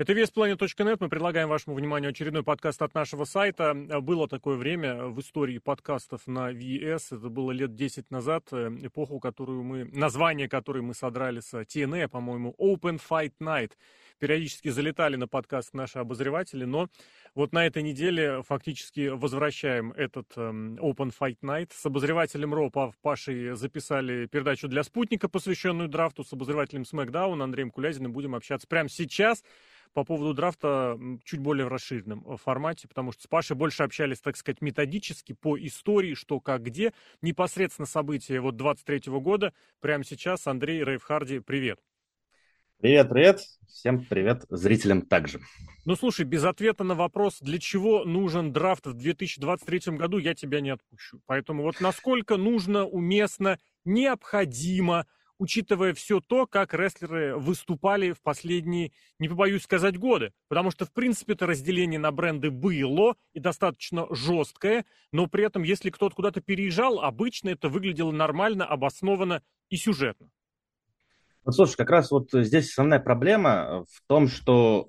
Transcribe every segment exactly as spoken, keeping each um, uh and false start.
Это ви эс планет точка нет. Мы предлагаем вашему вниманию очередной подкаст от нашего сайта. Было такое время в истории подкастов на ви эс. Это было лет десять назад. Эпоху, которую мы... Название которой мы содрали с ти эн эй, по-моему, Open Fight Night. Периодически залетали на подкаст наши обозреватели, но вот на этой неделе фактически возвращаем этот эм, Open Fight Night. С обозревателем Ро Пашей записали передачу для Спутника, посвященную драфту. С обозревателем Смэкдаун Андреем Кулязиным будем общаться прямо сейчас по поводу драфта чуть более в расширенном формате, потому что с Пашей больше общались, так сказать, методически, по истории, что, как, где. Непосредственно события вот двадцать третьего года. Прямо сейчас. Андрей Рейфхарди, привет. Привет, привет. Всем привет зрителям также. Ну, слушай, без ответа на вопрос, для чего нужен драфт в две тысячи двадцать третьем году, я тебя не отпущу. Поэтому вот насколько нужно, уместно, необходимо, учитывая все то, как рестлеры выступали в последние, не побоюсь сказать, годы. Потому что, в принципе, это разделение на бренды было и достаточно жесткое, но при этом, если кто-то куда-то переезжал, обычно это выглядело нормально, обоснованно и сюжетно. Ну, слушай, как раз вот здесь основная проблема в том, что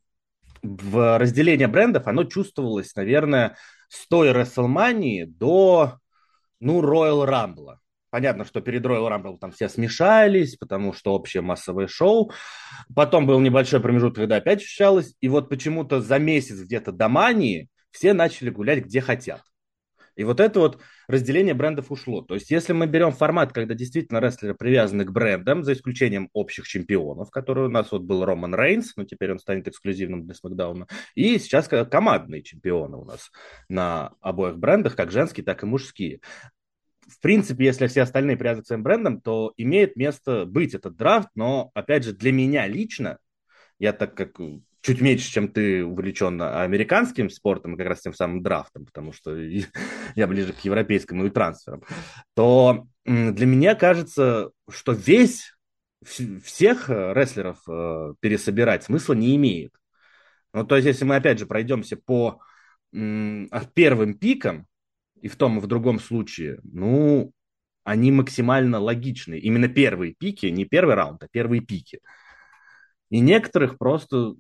в разделении брендов оно чувствовалось, наверное, с той WrestleMania до, ну, Royal Rumble. Понятно, что перед Royal Rumble там все смешались, потому что общее массовое шоу. Потом был небольшой промежуток, когда опять ощущалось. И вот почему-то за месяц где-то до Мании все начали гулять где хотят. И вот это вот разделение брендов ушло. То есть, если мы берем формат, когда действительно рестлеры привязаны к брендам, за исключением общих чемпионов, которые у нас вот был Роман Рейнс, но теперь он станет эксклюзивным для Смэкдауна, и сейчас командные чемпионы у нас на обоих брендах, как женские, так и мужские. В принципе, если все остальные привязаны к своим брендам, то имеет место быть этот драфт, но, опять же, для меня лично, я так как чуть меньше, чем ты, увлечен американским спортом и как раз тем самым драфтом, потому что я ближе к европейскому и трансферам, то для меня кажется, что весь, всех рестлеров пересобирать смысла не имеет. Ну, то есть, если мы, опять же, пройдемся по первым пикам, и в том, и в другом случае, ну, они максимально логичны. Именно первые пики, не первый раунд, а первые пики. И некоторых просто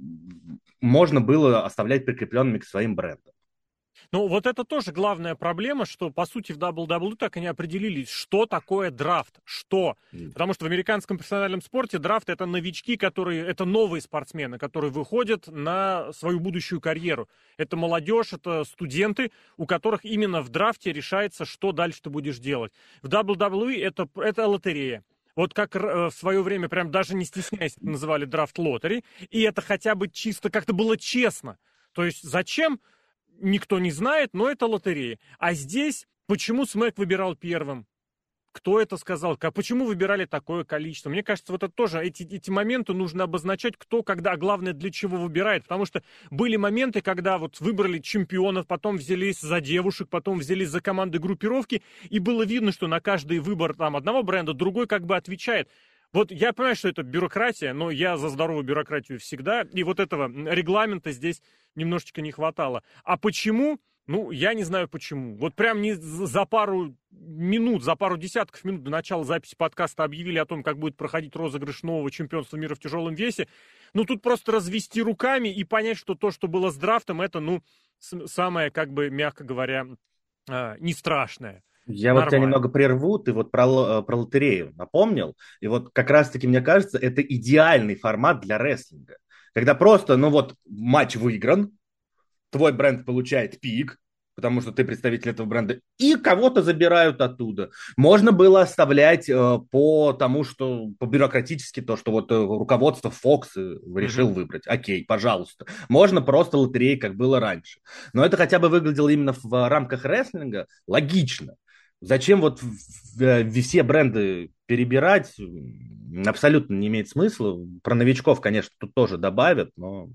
можно было оставлять прикрепленными к своим брендам. Ну, вот это тоже главная проблема, что, по сути, в дабл ю дабл ю и так и не определились, что такое драфт, что. Потому что в американском профессиональном спорте драфт — это новички, которые, это новые спортсмены, которые выходят на свою будущую карьеру. Это молодежь, это студенты, у которых именно в драфте решается, что дальше ты будешь делать. В дабл ю дабл ю и это, это лотерея. Вот как в свое время, прям даже не стесняясь, называли драфт лотерей, и это хотя бы чисто как-то было честно. То есть зачем, никто не знает, но это лотерея. А здесь, почему Смэк выбирал первым? Кто это сказал? Как, почему выбирали такое количество? Мне кажется, вот это тоже, эти, эти моменты нужно обозначать, кто, когда, а главное, для чего выбирает. Потому что были моменты, когда вот выбрали чемпионов, потом взялись за девушек, потом взялись за команды группировки, и было видно, что на каждый выбор там одного бренда другой как бы отвечает. Вот я понимаю, что это бюрократия, но я за здоровую бюрократию всегда, и вот этого регламента здесь немножечко не хватало. А почему? Ну, я не знаю почему. Вот прям не за пару минут, за пару десятков минут до начала записи подкаста объявили о том, как будет проходить розыгрыш нового чемпионства мира в тяжелом весе. Ну, тут просто развести руками и понять, что то, что было с драфтом, это, ну, самое, как бы, мягко говоря, не страшное. Я Нормально. Вот тебя немного прерву, ты вот про, про лотерею напомнил, и вот как раз-таки, мне кажется, это идеальный формат для рестлинга. Когда просто, ну вот, матч выигран, твой бренд получает пик, потому что ты представитель этого бренда, и кого-то забирают оттуда. Можно было оставлять э, по тому, что по бюрократически то, что вот э, руководство Fox решил mm-hmm. выбрать. Окей, пожалуйста. Можно просто лотереи, как было раньше. Но это хотя бы выглядело именно в, в рамках рестлинга логично. Зачем вот все бренды перебирать, абсолютно не имеет смысла. Про новичков, конечно, тут тоже добавят, но...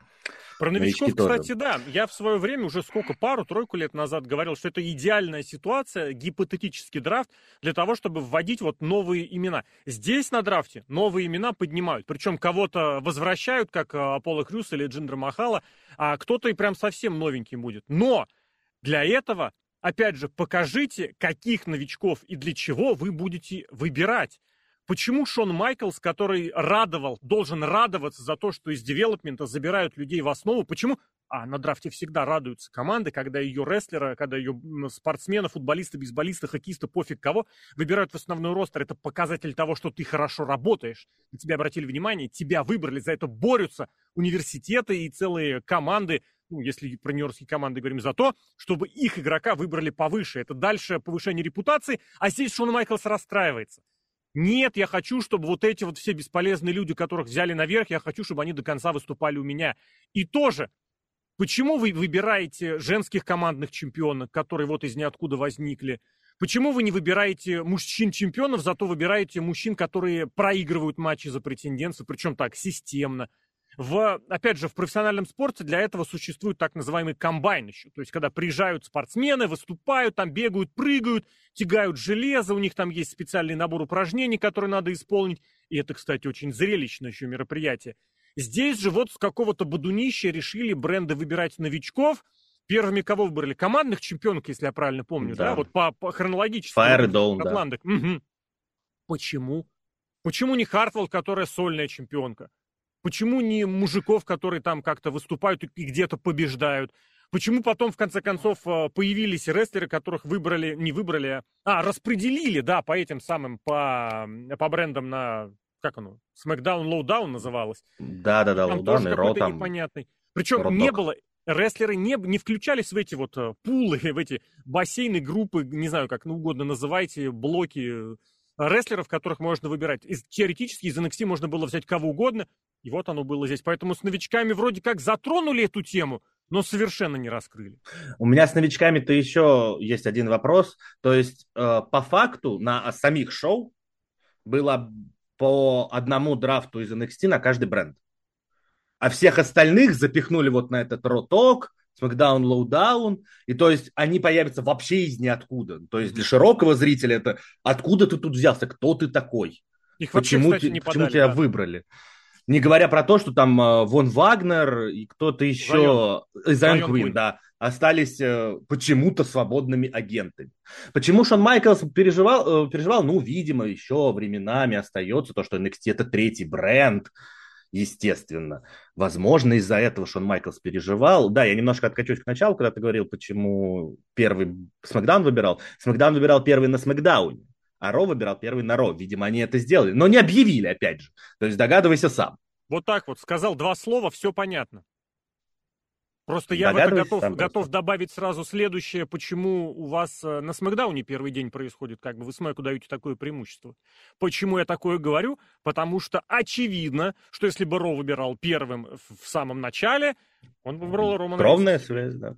Про новичков, кстати, тоже. Да. Я в свое время, уже сколько, пару-тройку лет назад говорил, что это идеальная ситуация, гипотетический драфт, для того, чтобы вводить вот новые имена. Здесь на драфте новые имена поднимают. Причем кого-то возвращают, как Аполло Крюс или Джиндер Махала, а кто-то и прям совсем новенький будет. Но для этого, опять же, покажите, каких новичков и для чего вы будете выбирать. Почему Шон Майклс, который радовал, должен радоваться за то, что из девелопмента забирают людей в основу, почему? А на драфте всегда радуются команды, когда ее рестлера, когда ее спортсмена, футболиста, бейсболиста, хоккеиста, пофиг кого, выбирают в основной ростер. Это показатель того, что ты хорошо работаешь. На тебя обратили внимание, тебя выбрали, за это борются университеты и целые команды, ну, если про нью-йоркские команды говорим, за то, чтобы их игрока выбрали повыше. Это дальше повышение репутации, а здесь Шон Майклс расстраивается. Нет, я хочу, чтобы вот эти вот все бесполезные люди, которых взяли наверх, я хочу, чтобы они до конца выступали у меня. И тоже, почему вы выбираете женских командных чемпионов, которые вот из ниоткуда возникли? Почему вы не выбираете мужчин-чемпионов, зато выбираете мужчин, которые проигрывают матчи за претендентство, причем так, системно? В, опять же, в профессиональном спорте для этого существует так называемый комбайн еще. То есть, когда приезжают спортсмены, выступают, там бегают, прыгают, тягают железо, у них там есть специальный набор упражнений, которые надо исполнить. И это, кстати, очень зрелищное еще мероприятие. Здесь же вот с какого-то бодунища решили бренды выбирать новичков. Первыми кого выбрали? Командных чемпионок, если я правильно помню, да? да? Вот по, по хронологически. Fire и Dawn, да. Угу. Почему? Почему не Хартвелл, которая сольная чемпионка? Почему не мужиков, которые там как-то выступают и где-то побеждают? Почему потом, в конце концов, появились рестлеры, которых выбрали, не выбрали, а, а распределили, да, по этим самым, по, по брендам на, как оно, SmackDown, Lowdown называлось? Да-да-да, Lowdown и Raw там. Непонятный. Причем Raw не Dog. было, рестлеры не, не включались в эти вот пулы, в эти бассейны, группы, не знаю, как ну, угодно называйте, блоки рестлеров, которых можно выбирать. Из, теоретически из эн экс ти можно было взять кого угодно, и вот оно было здесь. Поэтому с новичками вроде как затронули эту тему, но совершенно не раскрыли. У меня с новичками-то еще есть один вопрос. То есть, э, по факту, на самих шоу было по одному драфту из эн экс ти на каждый бренд. А всех остальных запихнули вот на этот Raw Talk, SmackDown, Lowdown. И то есть, они появятся вообще из ниоткуда. То есть, для широкого зрителя это откуда ты тут взялся, кто ты такой? Их почему вообще, кстати, ты, не почему подали, тебя да. выбрали? Не говоря про то, что там э, Вон Вагнер и кто-то еще, Зайон Квин, да, остались э, почему-то свободными агентами. Почему Шон Майклс переживал, э, переживал? Ну, видимо, еще временами остается то, что эн экс ти это третий бренд, естественно. Возможно, из-за этого Шон Майклс переживал. Да, я немножко откачусь к началу, когда ты говорил, почему первый Смакдаун выбирал. Смакдаун выбирал первый на Смакдауне. А Ро выбирал первый на Ро. Видимо, они это сделали. Но не объявили, опять же. То есть догадывайся сам. Вот так вот. Сказал два слова, все понятно. Просто я в это готов, готов добавить сразу следующее. Почему у вас на Смакдауне первый день происходит, как бы вы Смэку даете такое преимущество. Почему я такое говорю? Потому что очевидно, что если бы Ро выбирал первым в самом начале, он бы выбрал Романа. Кровная связь, да.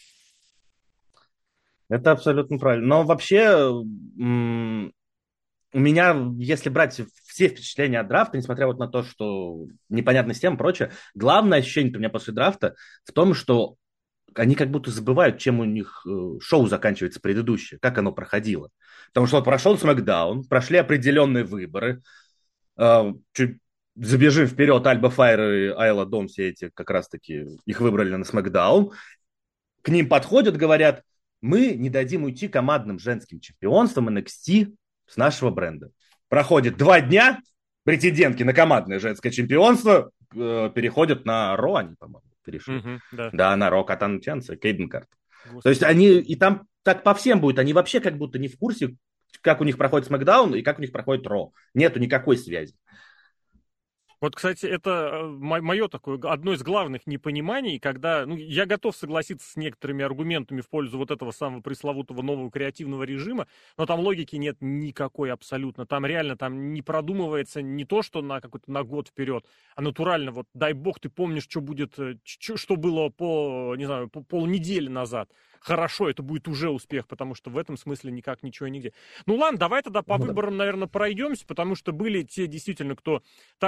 Это абсолютно правильно. Но вообще, м- у меня, если брать все впечатления от драфта, несмотря вот на то, что непонятная система и прочее, главное ощущение у меня после драфта в том, что они как будто забывают, чем у них шоу заканчивается предыдущее, как оно проходило. Потому что вот прошел Смакдаун, прошли определенные выборы, чуть забежим вперед, Альба Файр и Айла Дом, все эти как раз-таки, их выбрали на Смакдаун, к ним подходят, говорят, мы не дадим уйти командным женским чемпионством эн экс ти с нашего бренда. Проходит два дня, претендентки на командное женское чемпионство э, переходят на Ро, они, по-моему, перешли. Mm-hmm, да. да, на Ро, Катан Ченса, Кейден Карт. То есть они, и там так по всем будет, они вообще как будто не в курсе, как у них проходит Смакдаун и как у них проходит Ро. Нету никакой связи. Вот, кстати, это мое такое, одно из главных непониманий, когда, ну, я готов согласиться с некоторыми аргументами в пользу вот этого самого пресловутого нового креативного режима, но там логики нет никакой абсолютно. Там реально там не продумывается не то, что на какой-то на год вперед, а натурально, вот дай бог ты помнишь, что будет, что было по, не знаю, по полнедели назад. Хорошо, это будет уже успех, потому что в этом смысле никак ничего и нигде. Ну ладно, давай тогда по ну, выборам, да. наверное, пройдемся, потому что были те действительно, кто так или иначе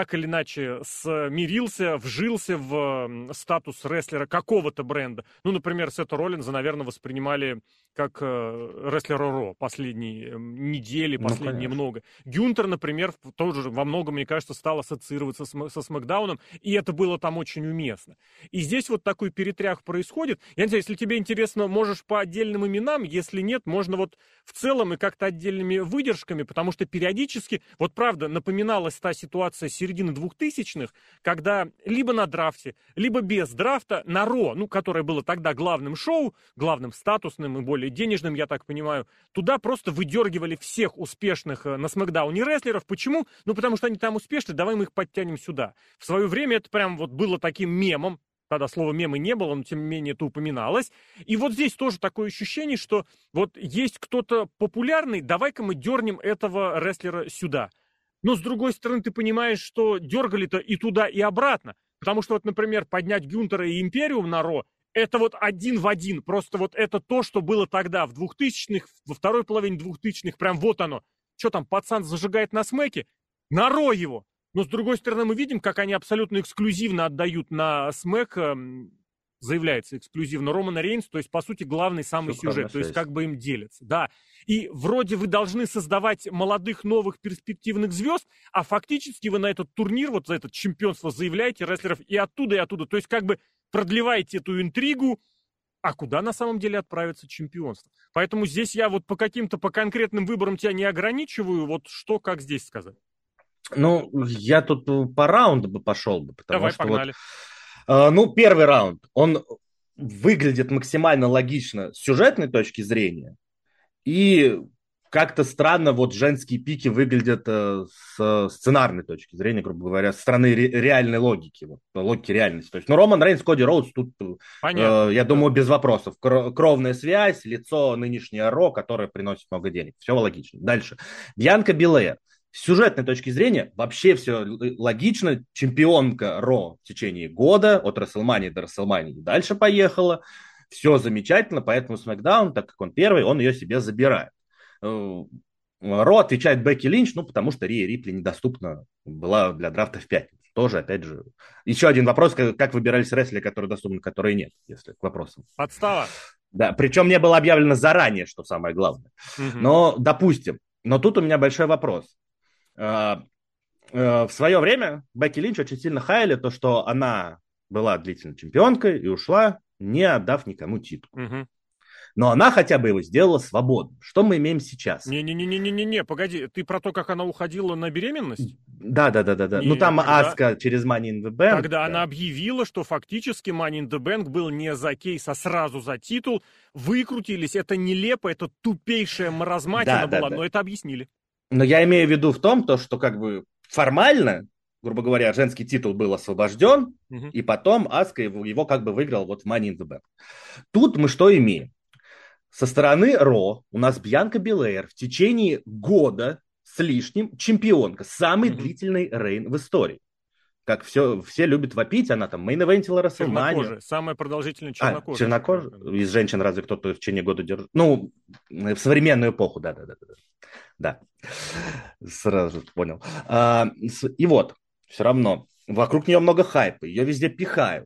иначе смирился, вжился в статус рестлера какого-то бренда. Ну, например, Сета Роллинза, наверное, воспринимали как э, рестлера Ро последние э, недели, последние ну, много. Гюнтер, например, тоже во многом, мне кажется, стал ассоциироваться с, со Смэкдауном, и это было там очень уместно. И здесь вот такой перетрях происходит. Я не знаю, если тебе интересно, можешь по отдельным именам, если нет, можно вот в целом и как-то отдельными выдержками, потому что периодически, вот правда, напоминалась та ситуация середины двухтысячных, когда либо на драфте, либо без драфта на Ро, ну, которое было тогда главным шоу, главным статусным и более денежным, я так понимаю, туда просто выдергивали всех успешных на Смэкдауне рестлеров. Почему? Ну, потому что они там успешны, давай мы их подтянем сюда. В свое время это прям вот было таким мемом, тогда слова мемы не было, но тем не менее это упоминалось. И вот здесь тоже такое ощущение, что вот есть кто-то популярный, давай-ка мы дернем этого рестлера сюда. Но с другой стороны, ты понимаешь, что дергали-то и туда, и обратно. Потому что вот, например, поднять Гюнтера и Империум на Ро, это вот один в один. Просто вот это то, что было тогда, в двухтысячных, во второй половине двухтысячных, прям вот оно. Что там, пацан зажигает на смеке? На Ро его! Но, с другой стороны, мы видим, как они абсолютно эксклюзивно отдают на смэк, заявляется эксклюзивно, Романа Рейнс, то есть, по сути, главный самый Шикарная сюжет, связь. То есть, как бы им делятся. Да. И вроде вы должны создавать молодых, новых, перспективных звезд, а фактически вы на этот турнир, вот за это чемпионство заявляете рестлеров и оттуда, и оттуда. То есть, как бы продлеваете эту интригу, а куда на самом деле отправится чемпионство. Поэтому здесь я вот по каким-то, по конкретным выборам тебя не ограничиваю, вот что, как здесь сказать. Ну, я тут по раунду бы пошел бы, потому Давай, что погнали. Вот, э, ну, первый раунд, он выглядит максимально логично с сюжетной точки зрения, и как-то странно вот женские пики выглядят э, с сценарной точки зрения, грубо говоря, со стороны ре- реальной логики, вот, логики реальности. То есть, ну, Роман Рейнс, Коди Роудс тут, э, я думаю, без вопросов. Кровная связь, лицо нынешнее Ро, которое приносит много денег. Все логично. Дальше. Бьянка Белэйр. С сюжетной точки зрения вообще все логично. Чемпионка Ро в течение года, от Расселмании до Расселмании, дальше поехала. Все замечательно, поэтому Смэкдаун, так как он первый, он ее себе забирает. Ро отвечает Бекки Линч, ну, потому что Рия Рипли недоступна была для драфта в пятницу. Тоже, опять же, еще один вопрос, как, как выбирались рестлеры, которые доступны, которые нет, если к вопросам. Подстава. Да, причем не было объявлено заранее, что самое главное. Угу. Но, допустим, но тут у меня большой вопрос. В свое время Бекки Линч очень сильно хаяли то, что она была длительной чемпионкой и ушла, не отдав никому титул. Угу. Но она хотя бы его сделала свободным. Что мы имеем сейчас? Не-не-не-не-не-не, погоди, ты про то, как она уходила на беременность? Да-да-да-да. Ну там тогда... Аска через Money in the Bank. Тогда да. она объявила, что фактически Money in the Bank был не за кейс, а сразу за титул. Выкрутились, это нелепо, это тупейшая маразматина да, была, да, да. но это объяснили. Но я имею в виду в том, то, что как бы формально, грубо говоря, женский титул был освобожден, угу. и потом Аска его, его как бы выиграл вот в Money in the Bank. Тут мы что имеем? Со стороны Ро у нас Бьянка Белэйр в течение года с лишним чемпионка. Самый угу. длительный рейн в истории. Как все, все любят вопить, она там мейн-эвентила Расселманию. Самая продолжительная чернокожая. А, чернокожая? Из женщин разве кто-то в течение года держит? Ну, в современную эпоху, да-да-да. Да, сразу понял. А, и вот, все равно, вокруг нее много хайпа, ее везде пихают.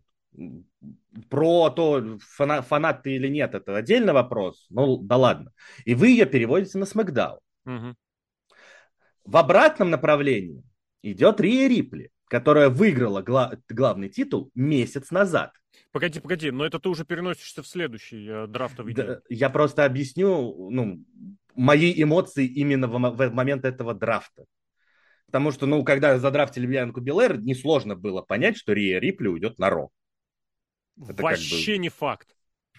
Про то, фана, фанат ты или нет, это отдельный вопрос. Ну, да ладно. И вы ее переводите на Смэкдаун. Угу. В обратном направлении идет Рия Рипли, которая выиграла гла- главный титул месяц назад. Погоди, погоди, но это ты уже переносишься в следующий э, драфтовый день. Да, я просто объясню, ну, мои эмоции именно в, в момент этого драфта. Потому что, ну, когда задрафтили Бьянку Белэйр, несложно было понять, что Рия Рипли уйдет на Ро. Это вообще как бы... не факт.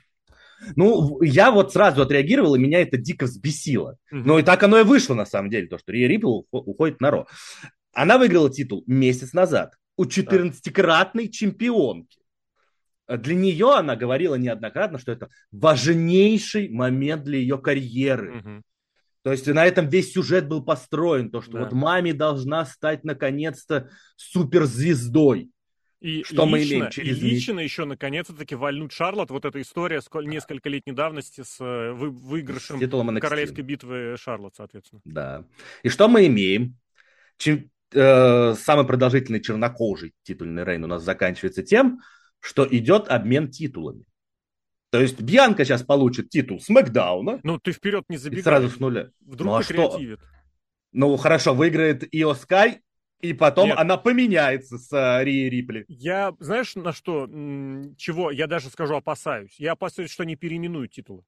Ну, я вот сразу отреагировал, и меня это дико взбесило. Угу. Но и так оно и вышло, на самом деле, то, что Рия Рипли уходит на Ро. Она выиграла титул месяц назад у четырнадцатикратной чемпионки. Для нее она говорила неоднократно, что это важнейший момент для ее карьеры. Угу. То есть на этом весь сюжет был построен, то, что да. вот маме должна стать наконец-то суперзвездой. И что лично, мы имеем через и лично еще наконец-то-таки вольнуть Шарлотт. Вот эта история сколь, несколько летней давности с вы, выигрышем королевской битвы Шарлотт, соответственно. Да. И что мы имеем? Чем... э, самый продолжительный чернокожий титульный рейн у нас заканчивается тем, что идет обмен титулами. То есть Бьянка сейчас получит титул Смэкдауна. Ну, ты вперед не И сразу забегай. с нуля. Вдруг Ну а что? покреативит. Ну хорошо, выиграет Ио Скай, и потом Нет. она поменяется с uh, Рией Рипли. Я, знаешь, на что, м, чего, я даже скажу, опасаюсь. Я опасаюсь, что они переименуют титулы.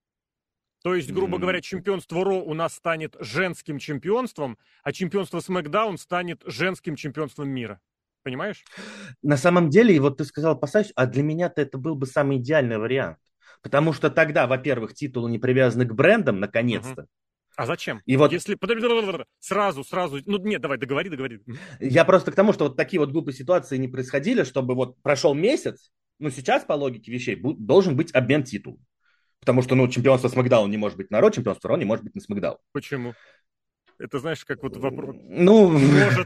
То есть, грубо говоря, чемпионство Ро у нас станет женским чемпионством, а чемпионство Смэкдаун станет женским чемпионством мира. Понимаешь? На самом деле, и вот ты сказал опасаюсь, а для меня-то это был бы самый идеальный вариант. Потому что тогда, во-первых, титулы не привязаны к брендам, наконец-то. Угу. А зачем? И вот Если сразу, сразу, ну нет, давай, договори, договори. я просто к тому, что вот такие вот глупые ситуации не происходили, чтобы вот прошел месяц, ну сейчас по логике вещей должен быть обмен титулов. Потому что, ну, чемпионство Смэкдаун не может быть на Ро, чемпионство Ро не может быть на Смэкдаун. Почему? Это, знаешь, как вот вопрос. Ну, может.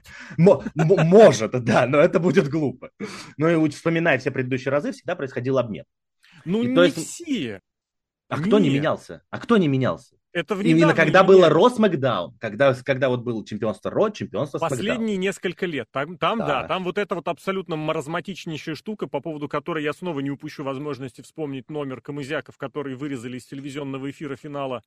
Может, да, но это будет глупо. Ну и вспоминая все предыдущие разы, всегда происходил обмен. Ну, и не то есть... все. А кто Нет. не менялся? А кто не менялся? Это в Именно когда было Ро Смэкдаун, когда, когда вот было чемпионство Ро, чемпионство Смэкдаун. Последние несколько лет. Там, там да. да, там вот эта вот абсолютно маразматичнейшая штука, по поводу которой я снова не упущу возможности вспомнить номер Камызяков, которые вырезали из телевизионного эфира финала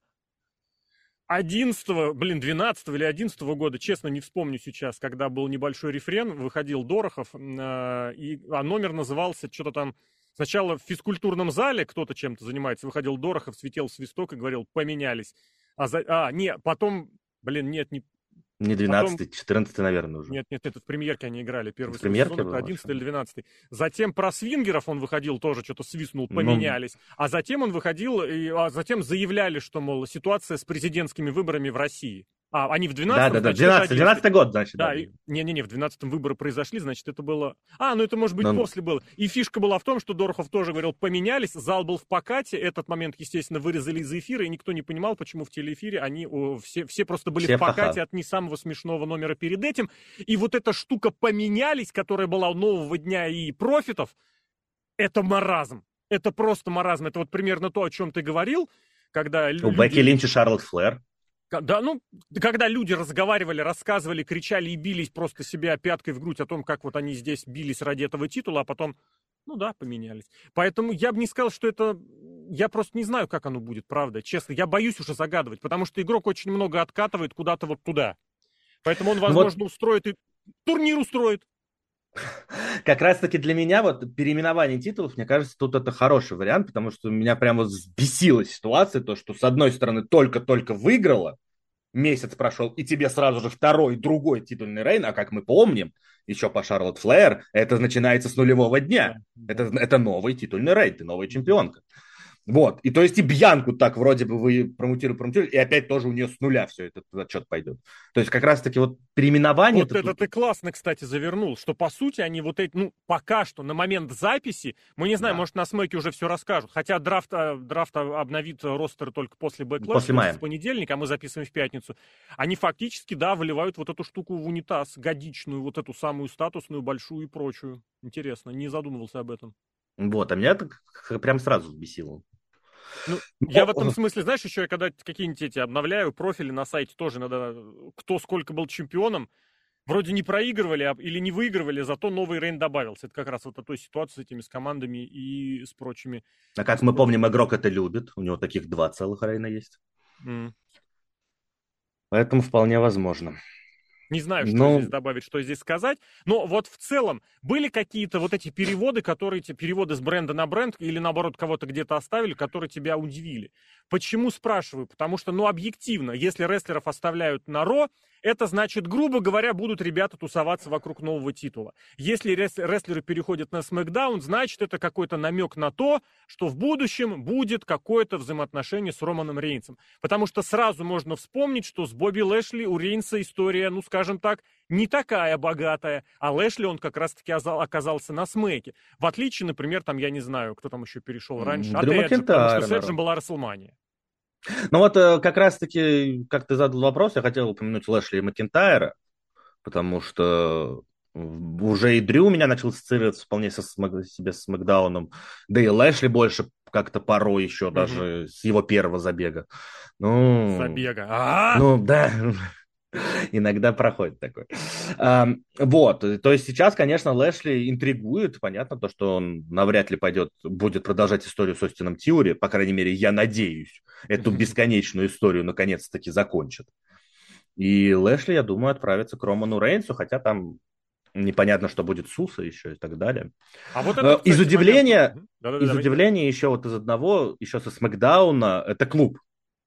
одиннадцатого, блин, двенадцатого или одиннадцатого года, честно, не вспомню сейчас, когда был небольшой рефрен, выходил Дорохов, э, и, а номер назывался что-то там. Сначала в физкультурном зале кто-то чем-то занимается, выходил Дорохов, светил свисток и говорил, поменялись. А, за... а не, потом, блин, нет, не... Не двенадцатый, потом... четырнадцатый, наверное, уже. Нет, нет, это в премьерке они играли. Первый в премьерке сезон, это одиннадцатый или двенадцатый. Затем про свингеров он выходил, тоже что-то свистнул, поменялись. Ну... А затем он выходил, и, а затем заявляли, что, мол, ситуация с президентскими выборами в России. А, они в двенадцатом, да, да, да, двенадцатый, двенадцатый год, значит. Да, да. Не-не-не, в двенадцатом выборы произошли, значит, это было... А, ну это, может быть, Но... после было. И фишка была в том, что Дорохов тоже говорил, поменялись, зал был в покате, этот момент, естественно, вырезали из эфира, и никто не понимал, почему в телеэфире они о, все, все просто были все в покате ха-ха. От не самого смешного номера перед этим. И вот эта штука «поменялись», которая была у «Нового дня» и «Профитов», это маразм. Это просто маразм. Это вот примерно то, о чем ты говорил, когда... У люди... Бекки Линч и Шарлотт Флэр. Да, ну, когда люди разговаривали, рассказывали, кричали и бились просто себя пяткой в грудь о том, как вот они здесь бились ради этого титула, а потом, ну да, поменялись. Поэтому я бы не сказал, что это... Я просто не знаю, как оно будет, правда, честно. Я боюсь уже загадывать, потому что игрок очень много откатывает куда-то вот туда. Поэтому он, возможно, вот... устроит и турнир устроит. Как раз-таки для меня вот переименование титулов, мне кажется, тут это хороший вариант, потому что меня прямо взбесила ситуация, то, что с одной стороны только-только выиграла, месяц прошел, и тебе сразу же второй, другой титульный рейн, а как мы помним, еще по Шарлотт Флэр, это начинается с нулевого дня. Да, это, да. это новый титульный рейн, ты новая чемпионка. Вот, и то есть и Бьянку так вроде бы вы промутировали, промутировали, и опять тоже у нее с нуля все этот отчет пойдет. То есть как раз-таки вот переименование... Вот это, это ты классно, кстати, завернул, что по сути они вот эти, ну, пока что на момент записи, мы не знаем, да. может на Смэке уже все расскажут, хотя драфт, драфт обновит ростер только после Backlash, в понедельник, а мы записываем в пятницу. Они фактически, да, выливают вот эту штуку в унитаз, годичную, вот эту самую статусную, большую и прочую. Интересно, не задумывался об этом. Вот, а меня это прям сразу взбесило. Ну, я в этом смысле, знаешь, еще я когда какие-нибудь эти обновляю профили на сайте, тоже надо, кто сколько был чемпионом, вроде не проигрывали а, или не выигрывали, зато новый рейн добавился. Это как раз вот о той ситуации с этими с командами и с прочими. А как мы помним, игрок это любит, у него таких два целых рейна есть. Mm. Поэтому вполне возможно. Не знаю, что но... здесь добавить, что здесь сказать. Но вот в целом были какие-то вот эти переводы, которые эти переводы с бренда на бренд или наоборот кого-то где-то оставили, которые тебя удивили. Почему спрашиваю? Потому что, ну, объективно, если рестлеров оставляют на Ро, это значит, грубо говоря, будут ребята тусоваться вокруг нового титула. Если рестлеры переходят на SmackDown, значит, это какой-то намек на то, что в будущем будет какое-то взаимоотношение с Романом Рейнсом. Потому что сразу можно вспомнить, что с Бобби Лэшли у Рейнса история, ну, скажем так, не такая богатая, а Лэшли он как раз-таки оказался на Смэке. В отличие, например, там, я не знаю, кто там еще перешел раньше, от Эджа, потому что с Эджем была Расселмания. Ну вот как раз-таки, как ты задал вопрос, я хотел упомянуть Лэшли и Макинтайра, потому что уже и Дрю у меня начал ассоциироваться вполне со себе с Смэкдауном, да и Лэшли больше как-то порой еще mm-hmm. даже с его первого забега. Ну, забега. А-а-а! Ну, да. Иногда проходит такое. Ам, Вот, то есть сейчас, конечно, Лэшли интригует. Понятно то, что он навряд ли пойдет, будет продолжать историю с Остином Тьюри. По крайней мере, я надеюсь, эту бесконечную историю наконец-таки закончат. И Лэшли, я думаю, отправится к Роману Рейнсу, хотя там непонятно, что будет с Усо еще и так далее. А вот это, Э, Из кстати, момент... удивления, Мгм. Да-да-да, из давай, давай. удивления еще вот из одного, еще со Смакдауна, это клуб.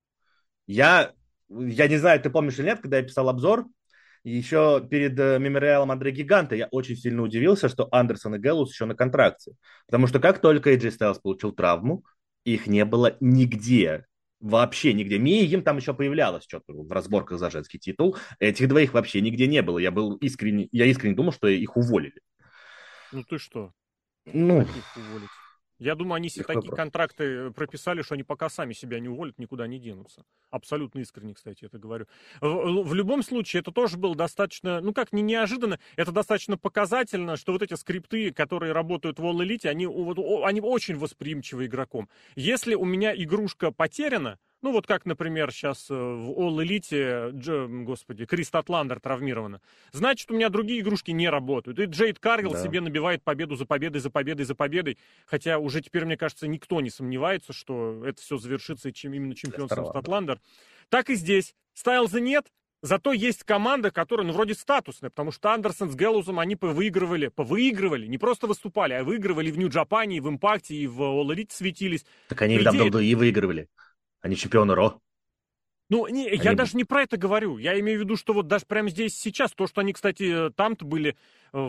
Я, я не знаю, ты помнишь или нет, когда я писал обзор, еще перед э, мемориалом Андре Гиганта я очень сильно удивился, что Андерсон и Гэллус еще на контракте. Потому что как только Эйджей Стайлз получил травму, их не было нигде. Вообще нигде. Мия им там еще появлялась что-то в разборках за женский титул. Этих двоих вообще нигде не было. Я был искренне, я искренне думал, что их уволили. Ну ты что? Ну, Как их уволить? Я думаю, они себе их такие вопрос. контракты э, прописали, что они пока сами себя не уволят, никуда не денутся. Абсолютно искренне, кстати, это говорю. В, в любом случае, это тоже было достаточно, ну как, не неожиданно, это достаточно показательно, что вот эти скрипты, которые работают в All Elite, они, вот, о- они очень восприимчивы игроком. Если у меня игрушка потеряна, ну вот как, например, сейчас в All Elite, Дж, господи, Крис Татландер травмирована, значит, у меня другие игрушки не работают. И Джейд Карвилл Да. себе набивает победу за победой, за победой, за победой. Хотя уже теперь, мне кажется, никто не сомневается, что это все завершится чем именно Для чемпионством Старланда. Статландер. Так и здесь. Стайлза нет, зато есть команда, которая, ну, вроде статусная, потому что Андерсон с Гэллузом, они повыигрывали, повыигрывали, не просто выступали, а выигрывали в Нью-Джапане, и в Импакте, и в All Elite светились. Так они По в идее, дабл ю дабл ю и выигрывали. Они чемпионы Ро. ну, не, я Они... даже не про это говорю. Я имею в виду, что вот даже прямо здесь сейчас, то, что они, кстати, там-то были э,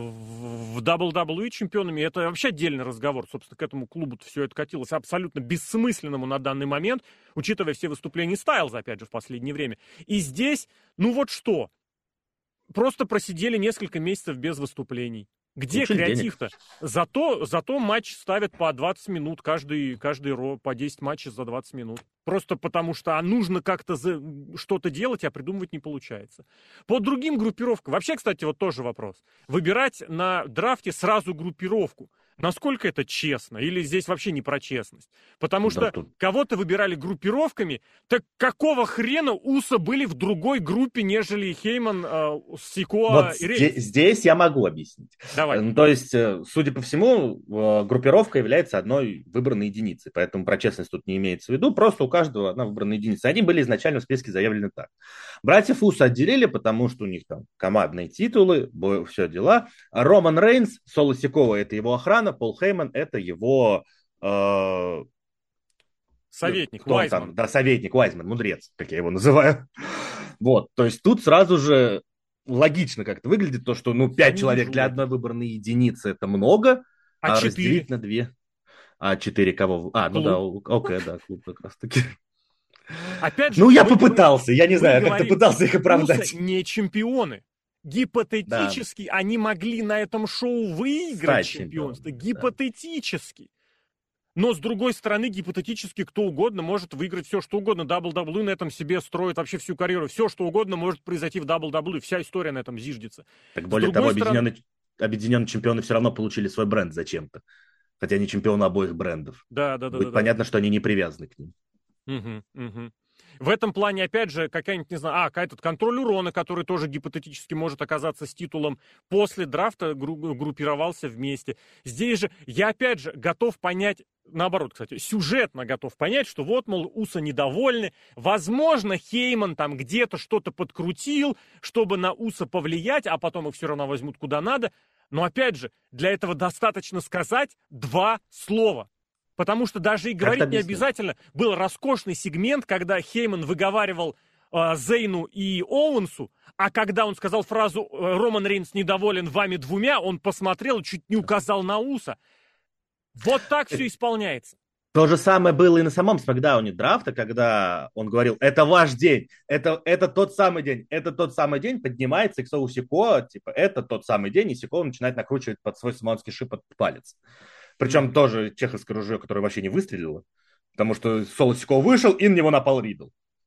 в дабл ю дабл ю и чемпионами, это вообще отдельный разговор. Собственно, к этому клубу все это катилось абсолютно бессмысленному на данный момент, учитывая все выступления Стайлза, опять же, в последнее время. И здесь, ну вот что, просто просидели несколько месяцев без выступлений. Где Получили денег. креатив-то? Зато, зато матч ставят по двадцать минут, каждый, каждый ро, по десять матчей за двадцать минут. Просто потому что а нужно как-то за, что-то делать, а придумывать не получается. По другим группировкам. Вообще, кстати, вот тоже вопрос. Выбирать на драфте сразу группировку. Насколько это честно? Или здесь вообще не про честность? Потому Да, что тут... кого-то выбирали группировками, так какого хрена Уса были в другой группе, нежели Хейман, э, Сикоа Вот и Рейнс? здесь, здесь я могу объяснить. Давай. Ну, то есть, э, судя по всему, э, группировка является одной выбранной единицей, поэтому про честность тут не имеется в виду, просто у каждого одна выбранная единица. Они были изначально в списке заявлены так. Братьев Уса отделили, потому что у них там командные титулы, бо- все дела. А Роман Рейнс, Соло Сикова — это его охрана, Пол Хейман — это его... э, ну, Советник, кто он Уайзман. там? Да, советник, Уайзман, мудрец, как я его называю. Вот, то есть тут сразу же логично как-то выглядит то, что, ну, Я пять не человек вижу для логики. одной выбранной единицы — это много, А а четыре? разделить на две... А четыре кого? А, ну да, Клуб. о- окей, да, клуб как раз таки. Опять же, Ну, я мы, мы, попытался, я не мы знаю, как ты говорим, пытался их Уса оправдать. не чемпионы. Да, Гипотетически они могли на этом шоу выиграть стать чемпионство. чемпионом, да. Гипотетически. Но, с другой стороны, гипотетически кто угодно может выиграть все, что угодно. дабл ю дабл ю и на этом себе строит вообще всю карьеру. Все, что угодно может произойти в дабл ю дабл ю и. Вся история на этом зиждется. Так С более того, другой стороны... объединенные, объединенные чемпионы все равно получили свой бренд зачем-то. Хотя они чемпионы обоих брендов. Да, да, да, да, Будет да. понятно, что они не привязаны к ним. Угу, угу. В этом плане, опять же, какая-нибудь, не знаю, а, какой-то контроль урона, который тоже гипотетически может оказаться с титулом, после драфта гру- группировался вместе. Здесь же я, опять же, готов понять, наоборот, кстати, сюжетно готов понять, что вот, мол, Уса недовольны. Возможно, Хейман там где-то что-то подкрутил, чтобы на Уса повлиять, а потом их все равно возьмут куда надо. Но, опять же, для этого достаточно сказать два слова. Потому что даже и говорить не обязательно. Был роскошный сегмент, когда Хейман выговаривал э, Зейну и Оуэнсу, а когда он сказал фразу «Роман Рейнс недоволен вами двумя», он посмотрел и чуть не указал на Уса. Вот так все исполняется. То же самое было и на самом Смакдауне драфта, когда он говорил: это ваш день, это, это тот самый день, это тот самый день, поднимается Иксоу Сикоа, типа, это тот самый день, и Сикоа начинает накручивать под свой самонский шип под палец. Причем mm-hmm. тоже чеховское ружье, которое вообще не выстрелило, потому что Соло Сикоа вышел, и на него напал Ридл.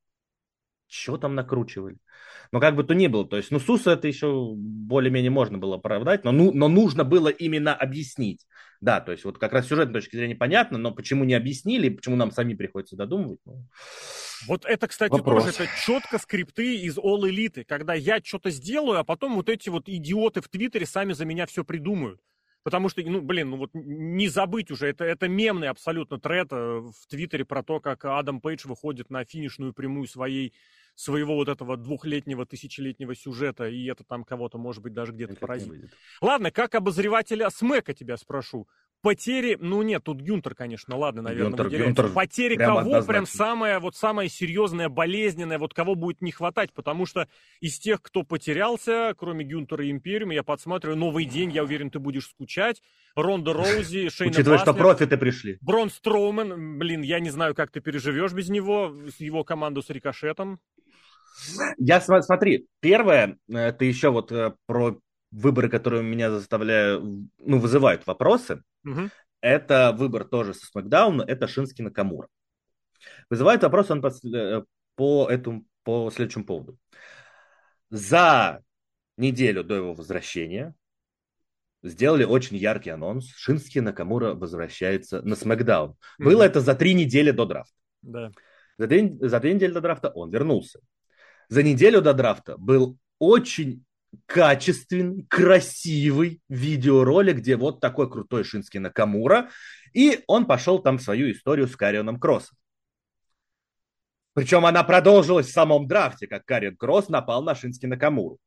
Чего там накручивали? Но как бы то ни было, то есть, ну, Суса это еще более-менее можно было оправдать, но, ну, но нужно было именно объяснить. Да, то есть вот как раз с сюжетной точки зрения понятно, но почему не объяснили, почему нам сами приходится додумывать, ну, Вот это, кстати, Вопрос. тоже это четко скрипты из All Elite, когда я что-то сделаю, а потом вот эти вот идиоты в Твиттере сами за меня все придумают. Потому что, ну, блин, ну вот не забыть уже, это, это мемный абсолютно тред в Твиттере про то, как Адам Пейдж выходит на финишную прямую своей, своего вот этого двухлетнего, тысячелетнего сюжета, и это там кого-то, может быть, даже где-то поразит. Ладно, как обозревателя Смэка тебя спрошу. Потери, ну нет, тут Гюнтер, конечно, ладно, наверное, Гюнтер, выделяется. Гюнтер Потери прям кого однозначно. прям самое, вот самое серьезное, болезненное, вот кого будет не хватать, потому что из тех, кто потерялся, кроме Гюнтера и Империума, я подсматриваю, новый день, я уверен, ты будешь скучать. Ронда Роузи, Шейна Учитывая, Баслер, что профиты пришли. Брон Строумен, блин, я не знаю, как ты переживешь без него, с его команду с Рикошетом. Я, смотри, первое, это еще вот про выборы, которые меня заставляют, ну, вызывают вопросы. Угу. Это выбор тоже со Смэкдауна, это Шински Накамура. Вызывает вопрос он по, по, этому, по следующему поводу. За неделю до его возвращения сделали очень яркий анонс. Шински Накамура возвращается на Смэкдаун. Mm-hmm. Было это за три недели до драфта. Да. За две, за две недели до драфта он вернулся. За неделю до драфта был очень качественный, красивый видеоролик, где вот такой крутой Шински Накамура, и он пошел там в свою историю с Каррионом Кроссом. Причем она продолжилась в самом драфте, как Каррион Кросс напал на Шински Накамуру.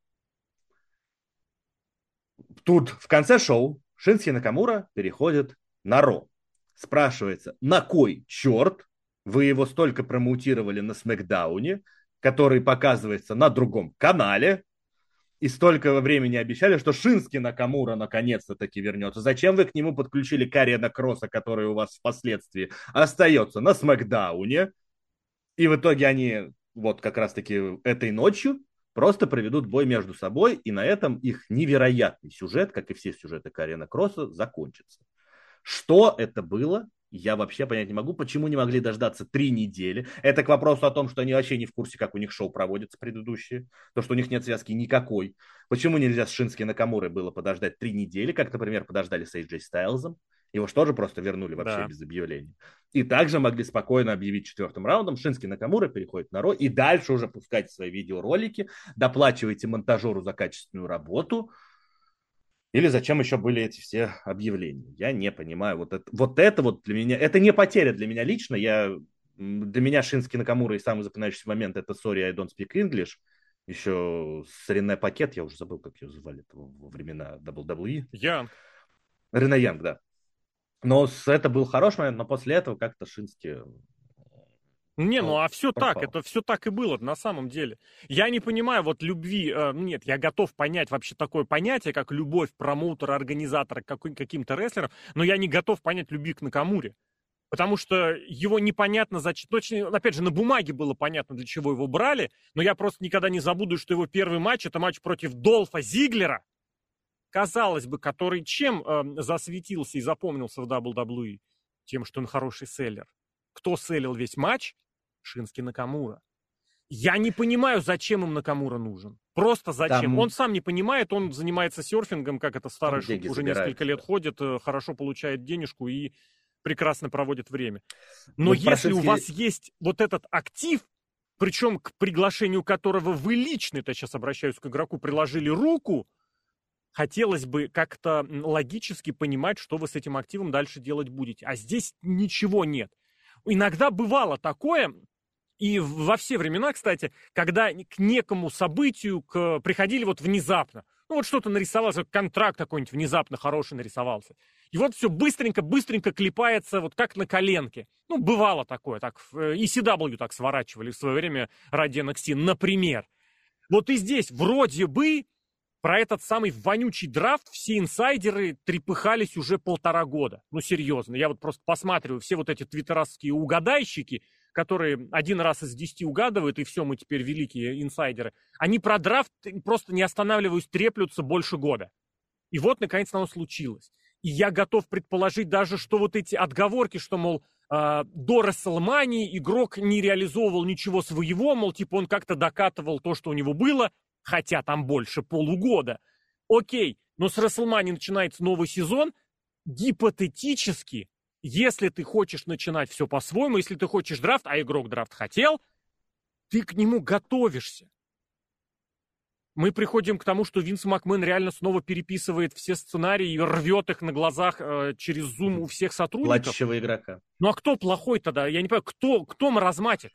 Тут в конце шоу Шински Накамура переходит на Ро. Спрашивается, на кой черт вы его столько промоутировали на Смэкдауне, который показывается на другом канале, и столько времени обещали, что Шински Накамура наконец-то таки вернется. Зачем вы к нему подключили Карриона Кросса, который у вас впоследствии остается на Смэкдауне? И в итоге они вот как раз-таки этой ночью просто проведут бой между собой, и на этом их невероятный сюжет, как и все сюжеты Карриона Кросса, закончится. Что это было? Я вообще понять не могу, почему не могли дождаться три недели. Это к вопросу о том, что они вообще не в курсе, как у них шоу проводятся предыдущие. То, что у них нет связки никакой. Почему нельзя с Шински Накамурой было подождать три недели, как, например, подождали с эй джей Стайлзом. Его же тоже просто вернули вообще да. без объявления. И также могли спокойно объявить четвертым раундом. Шински Накамура переходит на Ро. И дальше уже пускайте свои видеоролики. Доплачивайте монтажеру за качественную работу. Или зачем еще были эти все объявления? Я не понимаю. Вот это вот, это вот для меня... Это не потеря для меня лично. Я, для меня Шински Накамура и самый запоминающийся момент это Sorry, I don't speak English. Еще с Рене Пакет. Я уже забыл, как ее звали во времена дабл ю дабл ю и. Янг. Рене Янг, да. Но это был хороший момент, но после этого как-то Шински... Не, ну а все пропал. Так, это все так и было на самом деле. Я не понимаю вот любви, э, нет, я готов понять вообще такое понятие, как любовь промоутера, организатора к каким-то рестлерам, но я не готов понять любви к Накамуре. Потому что его непонятно зачем, точно, опять же, на бумаге было понятно, для чего его брали, но я просто никогда не забуду, что его первый матч, это матч против Долфа Зиглера, казалось бы, который чем э, засветился и запомнился в дабл ю дабл ю и? Тем, что он хороший селлер. Кто селлил весь матч? Шински Накамура. Я не понимаю, зачем им Накамура нужен. Просто зачем. Там... Он сам не понимает, он занимается серфингом, как это старая шутка, уже несколько лет ходит, хорошо получает денежку и прекрасно проводит время. Но ну, если у вас есть вот этот актив, причем к приглашению которого вы лично, это я сейчас обращаюсь к игроку, приложили руку, хотелось бы как-то логически понимать, что вы с этим активом дальше делать будете. А здесь ничего нет. Иногда бывало такое, и во все времена, кстати, когда к некому событию к, приходили вот внезапно. Ну вот что-то нарисовалось, вот контракт какой-нибудь внезапно хороший нарисовался. И вот все быстренько-быстренько клепается, вот как на коленке. Ну, бывало такое. Так, и си дабл ю так сворачивали в свое время ради эн экс ти, например. Вот и здесь вроде бы про этот самый вонючий драфт все инсайдеры трепыхались уже полтора года. Ну, серьезно. Я вот просто посматриваю все вот эти твиттеровские угадайщики, которые один раз из десяти угадывают, и все, мы теперь великие инсайдеры. Они про драфт, просто не останавливаясь, треплются больше года. И вот, наконец, оно случилось. И я готов предположить даже, что вот эти отговорки, что, мол, э, до Расселмании игрок не реализовывал ничего своего, мол, типа он как-то докатывал то, что у него было, хотя там больше полугода. Окей, но с Расселмании начинается новый сезон. Гипотетически, если ты хочешь начинать все по-своему, если ты хочешь драфт, а игрок драфт хотел, ты к нему готовишься. Мы приходим к тому, что Винс Макмен реально снова переписывает все сценарии и рвет их на глазах э, через Zoom у всех сотрудников. Плачущего игрока. Ну а кто плохой тогда? Я не понимаю, кто, кто маразматик?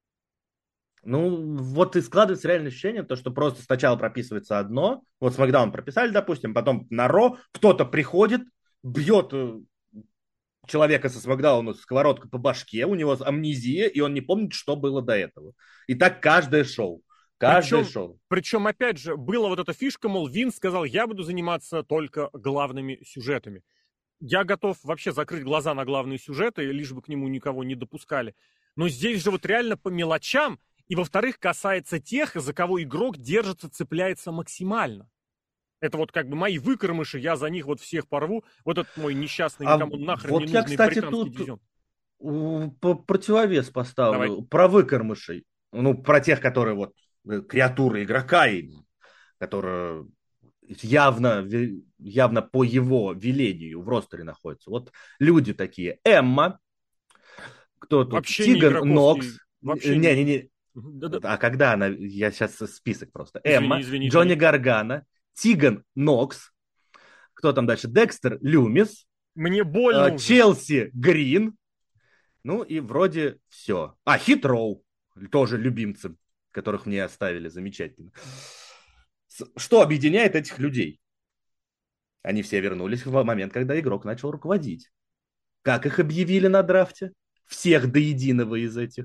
Ну, вот и складывается реальное ощущение, то, что просто сначала прописывается одно, вот Смакдаун прописали, допустим, потом на Ро кто-то приходит, бьет э, человека со Смакдауна сковородкой по башке, у него амнезия, и он не помнит, что было до этого. И так каждое шоу. Каждое Причем, шоу. причем, опять же, была вот эта фишка, мол, Винс сказал, я буду заниматься только главными сюжетами. Я готов вообще закрыть глаза на главные сюжеты, лишь бы к нему никого не допускали. Но здесь же вот реально по мелочам, и, во-вторых, касается тех, за кого игрок держится, цепляется максимально. Это вот как бы мои выкормыши, я за них вот всех порву. Вот этот мой несчастный, А никому нахрен вот не я, нужный кстати, британский тут дивизион. у- по- противовес поставлю. Давай. Про выкормышей. Ну, про тех, которые вот э, креатуры игрока, и, которые явно, ве- явно по его велению в ростере находятся. Вот люди такие. Эмма, кто тут? Вообще не Тиган игроковский, Нокс. вообще не... Не-не-не. Да-да. А когда она? Я сейчас список просто. Извини, Эмма, извини, Джонни извини. Гаргано, Тиган Нокс. Кто там дальше? Декстер Люмис. Мне больно э, уже. Челси Грин. Ну и вроде все. А, Хитроу. Тоже любимцы, которых мне оставили. Замечательно. С- Что объединяет этих людей? Они все вернулись в момент, когда игрок начал руководить. Как их объявили на драфте? Всех до единого из этих.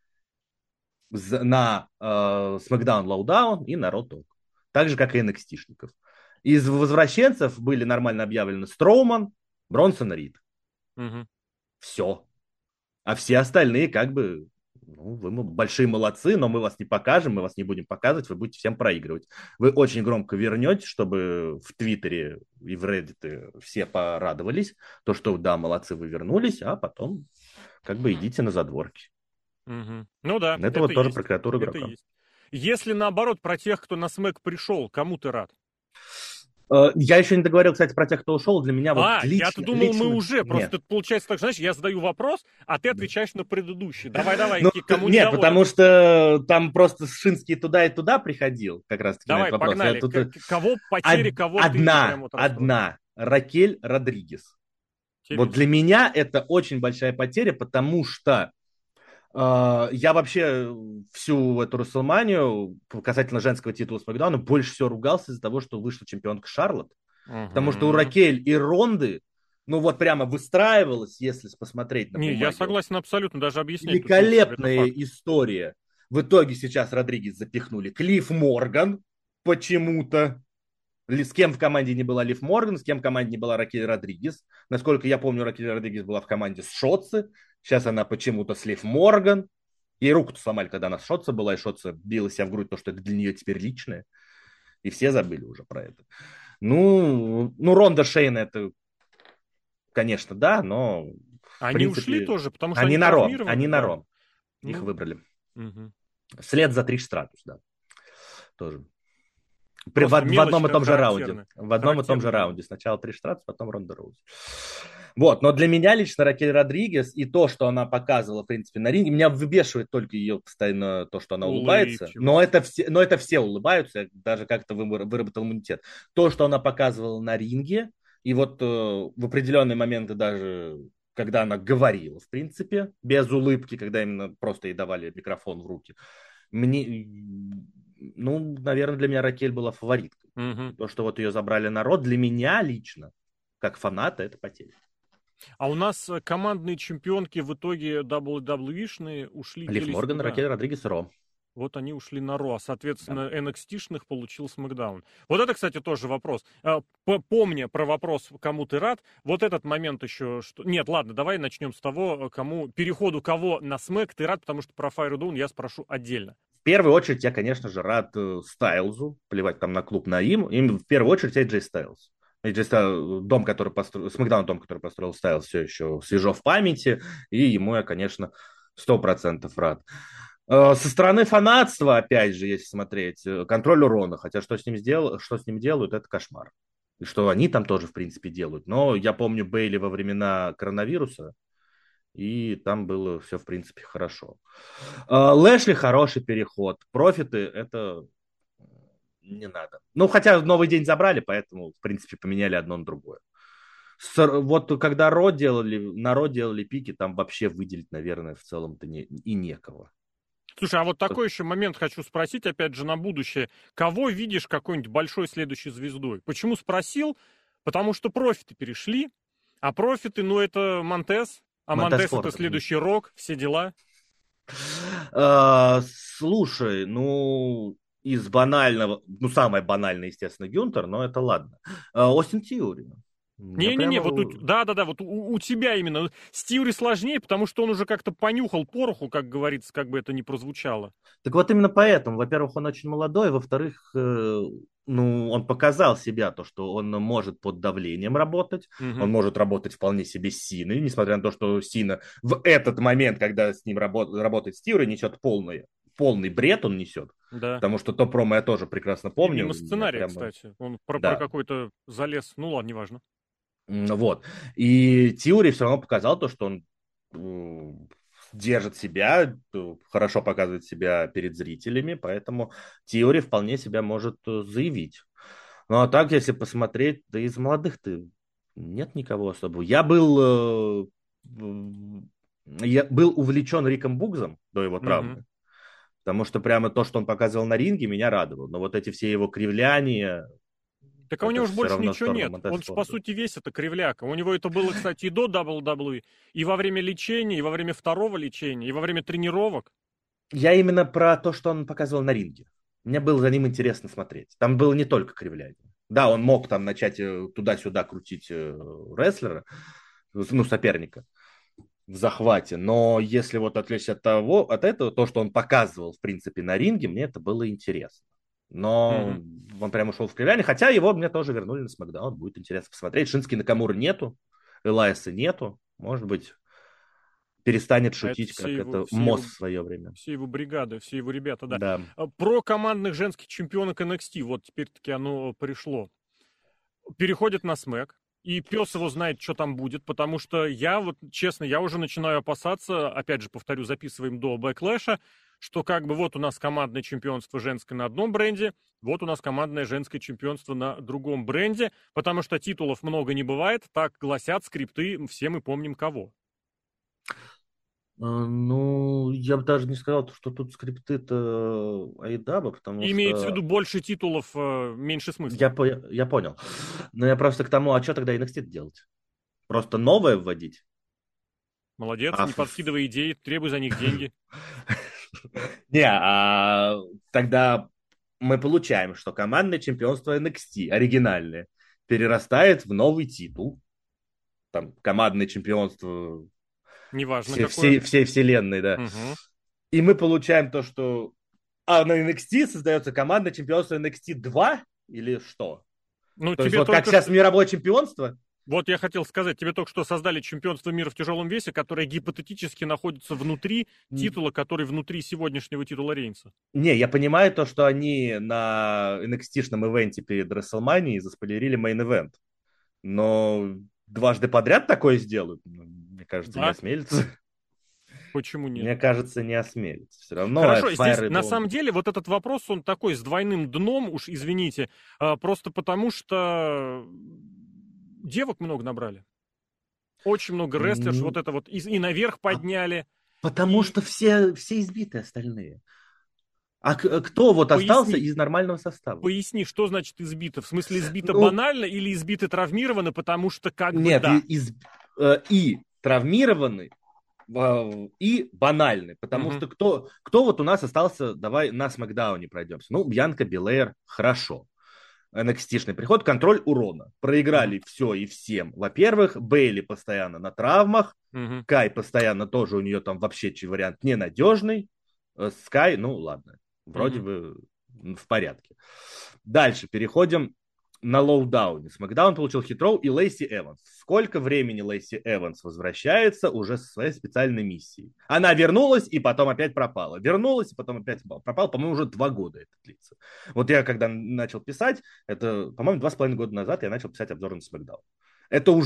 З- На э, SmackDown Lowdown и на Raw Talk. Так же, как и эн экс ти-шников. Из возвращенцев были нормально объявлены Строуман, Бронсон Рид. Мгм. Все. А все остальные как бы, ну, вы большие молодцы, но мы вас не покажем, мы вас не будем показывать, вы будете всем проигрывать. Вы очень громко вернете, чтобы в Твиттере и в Reddit все порадовались, то, что да, молодцы, вы вернулись, а потом как бы идите на задворки. Мгм. Ну да, Это, это вот тоже есть. про креатуру Это игрока. есть. Если наоборот про тех, кто на смэк пришел, кому ты рад? Э, Я еще не договорил, кстати, про тех, кто ушел. Для меня вот А, я-то лично... думал, мы лично... уже. Просто Нет. тут получается так, знаешь, я задаю вопрос, а ты отвечаешь на предыдущий. Давай, давай, Ну, ки- кому нет, недоволен. потому что там просто Шинский туда и туда приходил, как раз таки на Давай, этот вопрос. погнали. Я тут... К- к- Кого потери, Од- кого ты одна, прям вот расстроил? одна, Ракель Родригес. Вот Интересно. для меня это очень большая потеря, потому что э, я вообще всю эту Расселманию касательно женского титула Смакдауна больше всего ругался из-за того, что вышла чемпионка Шарлотт. Потому что у Мгм. Ракель и Ронды, ну вот прямо выстраивалось, если посмотреть на Не, бумаге. я согласен абсолютно, даже объяснять тут нечего, Великолепная это факт. история. В итоге сейчас Родригес запихнули. Клифф Морган почему-то. Ли- С кем в команде не была Лив Морган, с кем в команде не была Ракель Родригес. Насколько я помню, Ракель Родригес была в команде с Шотце. Сейчас она почему-то с Лив Морган. Ей руку-то сломали, когда она с Шотце была, и Шотце била себя в грудь, то, что это для нее теперь личное. И все забыли уже про это. Ну, ну Ронда Шейна это, конечно, да, но в Они принципе... ушли тоже, потому что Они они на Ро, травмированы, они на да. Ро. Их Ну, выбрали. мгм. Вслед за Триш Стратус, да. Тоже. При, в, Просто од- в мелочь одном и том же раунде. характерная. В одном и том же Характерная. раунде. Сначала Триш Стратус, потом Ронда Роузи. Вот, но для меня лично Ракель Родригес и то, что она показывала, в принципе, на ринге, меня выбешивает только ее постоянно то, что она улыбается. Но это, все, но это все улыбаются, я даже как-то вы- выработал иммунитет. То, что она показывала на ринге, и вот э, в определенные моменты даже, когда она говорила, в принципе, без улыбки, когда именно просто ей давали микрофон в руки, мне, ну, наверное, для меня Ракель была фавориткой. Мгм. То, что вот ее забрали на Ро, для меня лично, как фаната, это потеря. А у нас э, командные чемпионки в итоге дабл ю дабл ю и-шные ушли. Лив делись Морган, куда? Ракель Родригес, Ро. Вот они ушли на Ро, а, соответственно, эн экс ти-шных получил Смакдаун. Вот это, кстати, тоже вопрос. А, п- Помня про вопрос, кому ты рад, вот этот момент еще... Что... Нет, ладно, давай начнем с того, кому переходу кого на Смэк ты рад, потому что про Fire Down я спрошу отдельно. В первую очередь я, конечно же, рад э, Стайлзу, плевать там на клуб на им. Им в первую очередь Эйджей Стайлз. Эйджей Стайлз, дом, который построил, Смакдаун, дом, который построил Стайлз, все еще свежо в памяти, и ему я, конечно, сто процентов рад. Э, Со стороны фанатства, опять же, если смотреть, э, контроль урона, хотя что с ним, сделал, что с ним делают, это кошмар. И что они там тоже, в принципе, делают. Но я помню Бейли во времена коронавируса, и там было все, в принципе, хорошо. А, Лэшли хороший переход. Профиты это не надо. Ну, хотя новый день забрали, поэтому, в принципе, поменяли одно на другое. С- вот когда Ро делали, на Ро делали пики, там вообще выделить, наверное, в целом-то не, и некого. Слушай, а вот такой еще момент хочу спросить, опять же, на будущее. Кого видишь какой-нибудь большой следующей звездой? Почему спросил? Потому что профиты перешли, а профиты, ну, это Монтес, а Монтес Монтес это Форд. следующий Рок, все дела. А, слушай, ну, из банального, ну, самое банальное, естественно, Гюнтер, но это ладно. А, Остин Тьюри. Я Не-не-не, вот у, прямо... да-да-да, вот у, у тебя именно. С Тьюри сложнее, потому что он уже как-то понюхал пороху, как говорится, как бы это ни прозвучало. Так вот именно поэтому, во-первых, он очень молодой, во-вторых, э, ну, он показал себя, то, что он может под давлением работать, он Мгм. может работать вполне себе с Синой, несмотря на то, что Сина в этот момент, когда с ним работ- работает Стивер, несет полный, полный бред он несет, Да. потому что то промо я тоже прекрасно И помню, мимо я сценария, прямо, кстати. Он про, про да. какой-то залез. Ну ладно, неважно. М, Вот. И Тиури все равно показал то, что он м, держит себя, э, хорошо показывает себя перед зрителями, поэтому Тиури вполне себя может э, заявить. Ну а так, если посмотреть, да из молодых-то нет никого особого. Я был, э, м, я был увлечен Риком Бугзом до его Мгм. травмы, потому что прямо то, что он показывал на ринге, меня радовало. Но вот эти все его кривляния, Так а у это него же все больше равно в ничего сторону нет. Он же, по Монтесфорда. сути, весь это кривляка. У него это было, кстати, и до дабл ю дабл ю и, и во время лечения, и во время второго лечения, и во время тренировок. Я именно про то, что он показывал на ринге. Мне было за ним интересно смотреть. Там было не только кривляние. Да, он мог там начать э, туда-сюда крутить э, рестлера, ну, соперника в захвате, но если вот отвлечься от того, от этого, то, что он показывал, в принципе, на ринге, мне это было интересно. Но Мгм. он прям ушел в кривляние, хотя его мне тоже вернули на Смакдаун, будет интересно посмотреть. Шински Накамуры нету, Элайса нету, может быть, перестанет А это шутить, все как его, это все Мосс его, в свое время. все его бригады, все его ребята, да. Да. А про командных женских чемпионок эн экс ти, вот теперь-таки оно пришло. Переходит на смэк, и пес его знает, что там будет, потому что я вот, честно, я уже начинаю опасаться, опять же, повторю, записываем до бэклэша, что как бы вот у нас командное чемпионство женское на одном бренде, вот у нас командное женское чемпионство на другом бренде, потому что титулов много не бывает, так гласят скрипты, все мы помним кого. Э, Ну, я бы даже не сказал, что тут скрипты-то Айдаба, потому Имеется в виду что больше титулов, э, меньше я, смысла. по- я понял. Но я просто к тому, а что тогда эн экс ти делать? Просто новое вводить? Молодец, А не ф- подкидывай идеи, требуй за них деньги. Не, а тогда мы получаем, что командное чемпионство эн экс ти, оригинальное, перерастает в новый титул. Там командное чемпионство Неважно все, какое. все, всей вселенной, да. Угу. И мы получаем то, что а на эн экс ти создается командное чемпионство эн экс ти два или что? Ну, То есть тебе вот как только сейчас что... мировое чемпионство? Вот я хотел сказать, тебе только что создали чемпионство мира в тяжелом весе, которое гипотетически находится внутри титула, который внутри сегодняшнего титула Рейнса. Не, я понимаю то, что они на эн экс ти-шном ивенте перед WrestleMania заспойлерили мейн-ивент. Но дважды подряд такое сделают? Ну, мне кажется, не Да? осмелится. Почему нет? Мне кажется, не осмелится. Все равно Хорошо, Fire здесь и на Bone. самом деле вот этот вопрос, он такой с двойным дном, уж извините, а, просто потому что девок много набрали. Очень много рестлерш, вот М, это вот, и, и наверх а подняли, Потому и что все, все избиты остальные. А к- кто вот остался поясни, из нормального состава? поясни, что значит избито? В смысле избито Ну, банально или избито травмировано, потому что как бы нет, и, да. из, э, и травмированный, э, и банальный. Потому Мгм. что кто, кто вот у нас остался, давай на Смакдауне пройдемся. Ну, Бьянка Белэр, хорошо. эн экс ти-шный приход, контроль урона. Мгм. Проиграли все и всем. Во-первых, Бейли постоянно на травмах, Мгм. Кай постоянно тоже у нее там вообще чей вариант ненадежный. Э, Скай, ну ладно, вроде Мгм. бы в порядке. Дальше переходим на лоудауне. Смакдаун получил Хитроу и Лейси Эванс. Сколько времени Лейси Эванс возвращается уже со своей специальной миссией? Она вернулась и потом опять пропала. Вернулась и потом опять пропала. По-моему, уже два года это длится. Вот я когда начал писать, это, по-моему, два с половиной года назад я начал писать обзор на Смакдаун. Это уже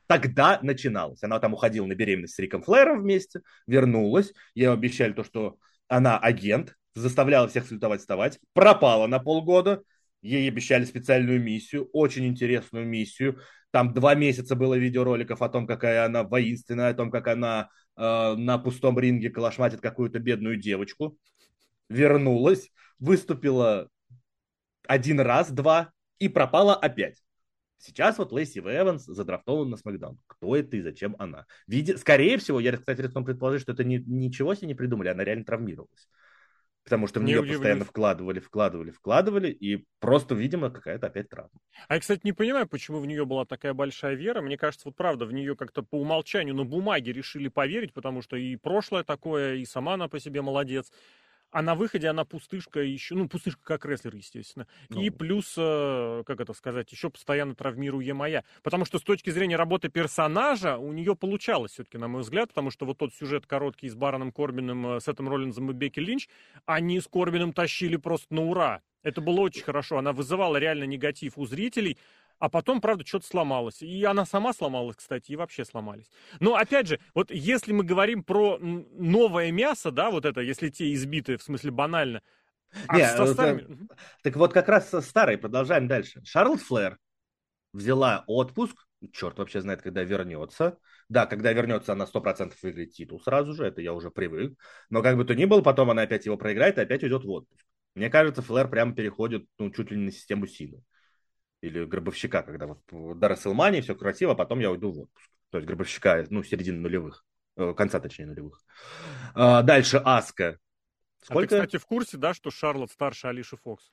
тогда начиналось. Она там уходила на беременность с Риком Флэром вместе, вернулась, ей обещали то, что она агент, заставляла всех салютовать, вставать, пропала на полгода, ей обещали специальную миссию, очень интересную миссию. Там два месяца было видеороликов о том, какая она воинственная, о том, как она э, на пустом ринге калашматит какую-то бедную девочку. Вернулась, выступила один раз, два, и пропала опять. Сейчас вот Лэйси Эванс задрафтован на Смакдаун. Кто это и зачем она? Виде... Скорее всего, я, кстати, рискну предположить, что это не, ничего себе не придумали, она реально травмировалась. Потому что в Не нее удивлюсь. постоянно вкладывали, вкладывали, вкладывали, и просто, видимо, какая-то опять травма. А я, кстати, не понимаю, почему в нее была такая большая вера. Мне кажется, вот правда, в нее как-то по умолчанию на бумаге решили поверить, потому что и прошлое такое, и сама она по себе молодец. А на выходе она пустышка еще, ну, пустышка как рестлер, естественно. Ну, И плюс, э, как это сказать, еще постоянно травмируемая. Потому что с точки зрения работы персонажа у нее получалось все-таки, на мой взгляд, потому что вот тот сюжет короткий с Бароном Корбином, Сетом Роллинзом и Бекки Линч, они с Корбином тащили просто на ура. Это было очень хорошо. Она вызывала реально негатив у зрителей. А потом, правда, что-то сломалось. И она сама сломалась, кстати, и вообще сломались. Но, опять же, вот если мы говорим про новое мясо, да, вот это, если те избитые, в смысле банально, а не, со старыми... это... Так вот как раз со старой, продолжаем дальше. Шарлотт Флэр взяла отпуск, черт вообще знает, когда вернется. Да, когда вернется, она сто процентов выиграет титул сразу же, это я уже привык. Но как бы то ни было, потом она опять его проиграет и опять уйдет в отпуск. Мне кажется, Флэр прямо переходит, ну, чуть ли не на систему силы. Или Гробовщика, когда вот до Расселмании все красиво, а потом я уйду в отпуск. То есть Гробовщика, ну, середины нулевых. Конца, точнее, нулевых. А, дальше Аска. Сколько? А ты, Сколько? кстати, в курсе, да, что Шарлотт старше Алиши Фокс?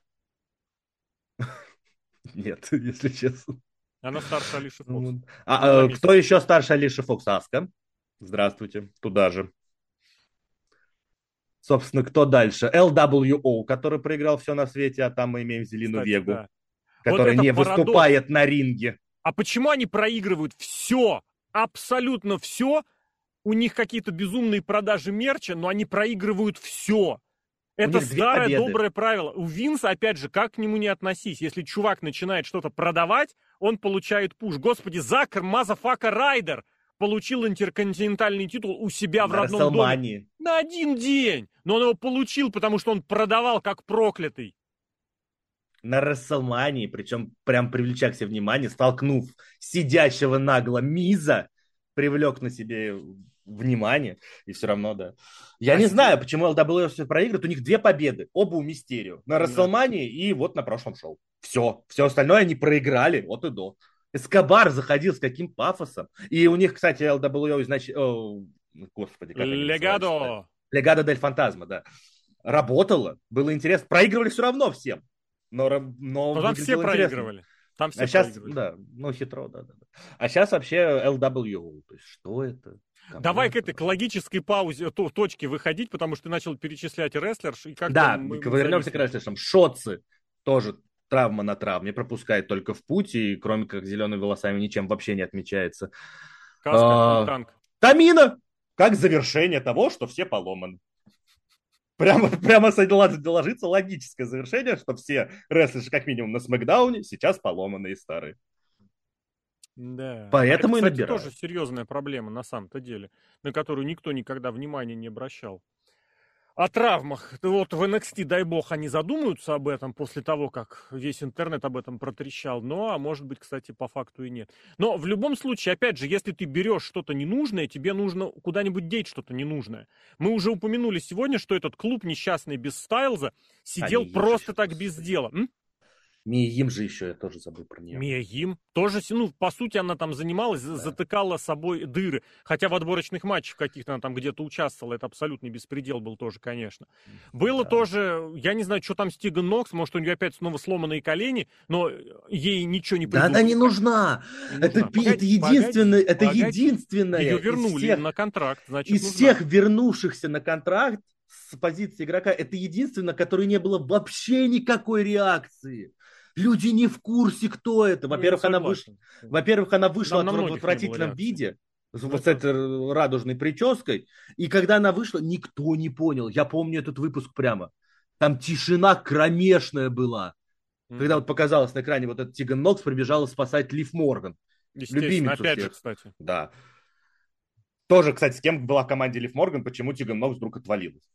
Нет, если честно. Она старше Алиши Фокс. А, а кто еще старше Алиши Фокс? Аска. Здравствуйте, туда же. Собственно, кто дальше? эл дабл ю о, который проиграл все на свете, а там мы имеем Зелину Кстати, Вегу, да. Которая вот не парадокс. Выступает на ринге. А почему они проигрывают все? Абсолютно все. У них какие-то безумные продажи мерча, но они проигрывают все. Это старое доброе правило. У Винса, опять же, как к нему не относись. Если чувак начинает что-то продавать, он получает пуш. Господи, Закер Мазафака Райдер получил интерконтинентальный титул у себя в на родном доме. На один день. Но он его получил, потому что он продавал как проклятый. На Расселмании, причем прям привлеча к себе внимание, столкнув сидящего нагло Миза, привлек на себе внимание, и все равно, да. Я а не знаю, почему эл дабл ю все проигрывает. У них две победы, оба у Мистерио. На Расселмании и вот на прошлом шоу. Все, все остальное они проиграли от и до. Эскобар заходил с каким пафосом. И у них, кстати, эл дабл ю, значит, о, господи, как они Легадо. Легадо дель Фантазма, да. Работало, было интересно. Проигрывали все равно всем. Но, но, но там все проигрывали. Там все а сейчас, да, ну хитро, да, да, да. А сейчас вообще эл дабл ю, то есть что это? Кому Давай к этой к логической паузе, то, точке выходить, потому что ты начал перечислять рестлерш. И да, мы, мы вернемся к рестлершам. Шотцы тоже травма на травме, пропускает только в путь, и кроме как зелеными волосами ничем вообще не отмечается. Каска, а, танк. Тамина, как завершение того, что все поломаны. Прямо, прямо ложится логическое завершение, что все рестлеры, как минимум, на Смакдауне сейчас поломанные и старые. Да. Поэтому а это, кстати, и набирают. тоже серьезная проблема на самом-то деле, на которую никто никогда внимания не обращал. О травмах. Вот в эн экс ти, дай бог, они задумаются об этом после того, как весь интернет об этом протрещал. Ну, а может быть, кстати, по факту и нет. Но в любом случае, опять же, если ты берешь что-то ненужное, тебе нужно куда-нибудь деть что-то ненужное. Мы уже упомянули сегодня, что этот клуб несчастный без Стайлза сидел они просто так без дела. М? Мия Йим же еще, я тоже забыл про нее. Мия Йим тоже, ну, по сути, она там занималась, да. затыкала собой дыры. Хотя в отборочных матчах каких-то она там где-то участвовала. Это абсолютный беспредел был тоже, конечно. Было да. тоже, я не знаю, что там Стиган Нокс, может, у нее опять снова сломанные колени, но ей ничего не придумали. Да она не нужна. Не это, нужна. Погоди, это единственное, погоди, это погоди. единственное. Ее вернули всех, на контракт, значит, из нужна. Всех вернувшихся на контракт с позиции игрока, это единственное, которое не было вообще никакой реакции. Люди не в курсе, кто это. Во-первых, ну, она вышла, во-первых, она вышла в отвратительном виде, ну, вот с этой радужной прической. И когда она вышла, никто не понял. Я помню этот выпуск прямо. Там тишина кромешная была. Mm-hmm. Когда вот показалось на экране, вот этот Тиган Нокс прибежала спасать Лив Морган. Естественно, Любимицу опять же, всех. кстати. Да. Тоже, кстати, с кем была в команде Лив Морган, почему Тиган Нокс вдруг отвалилась.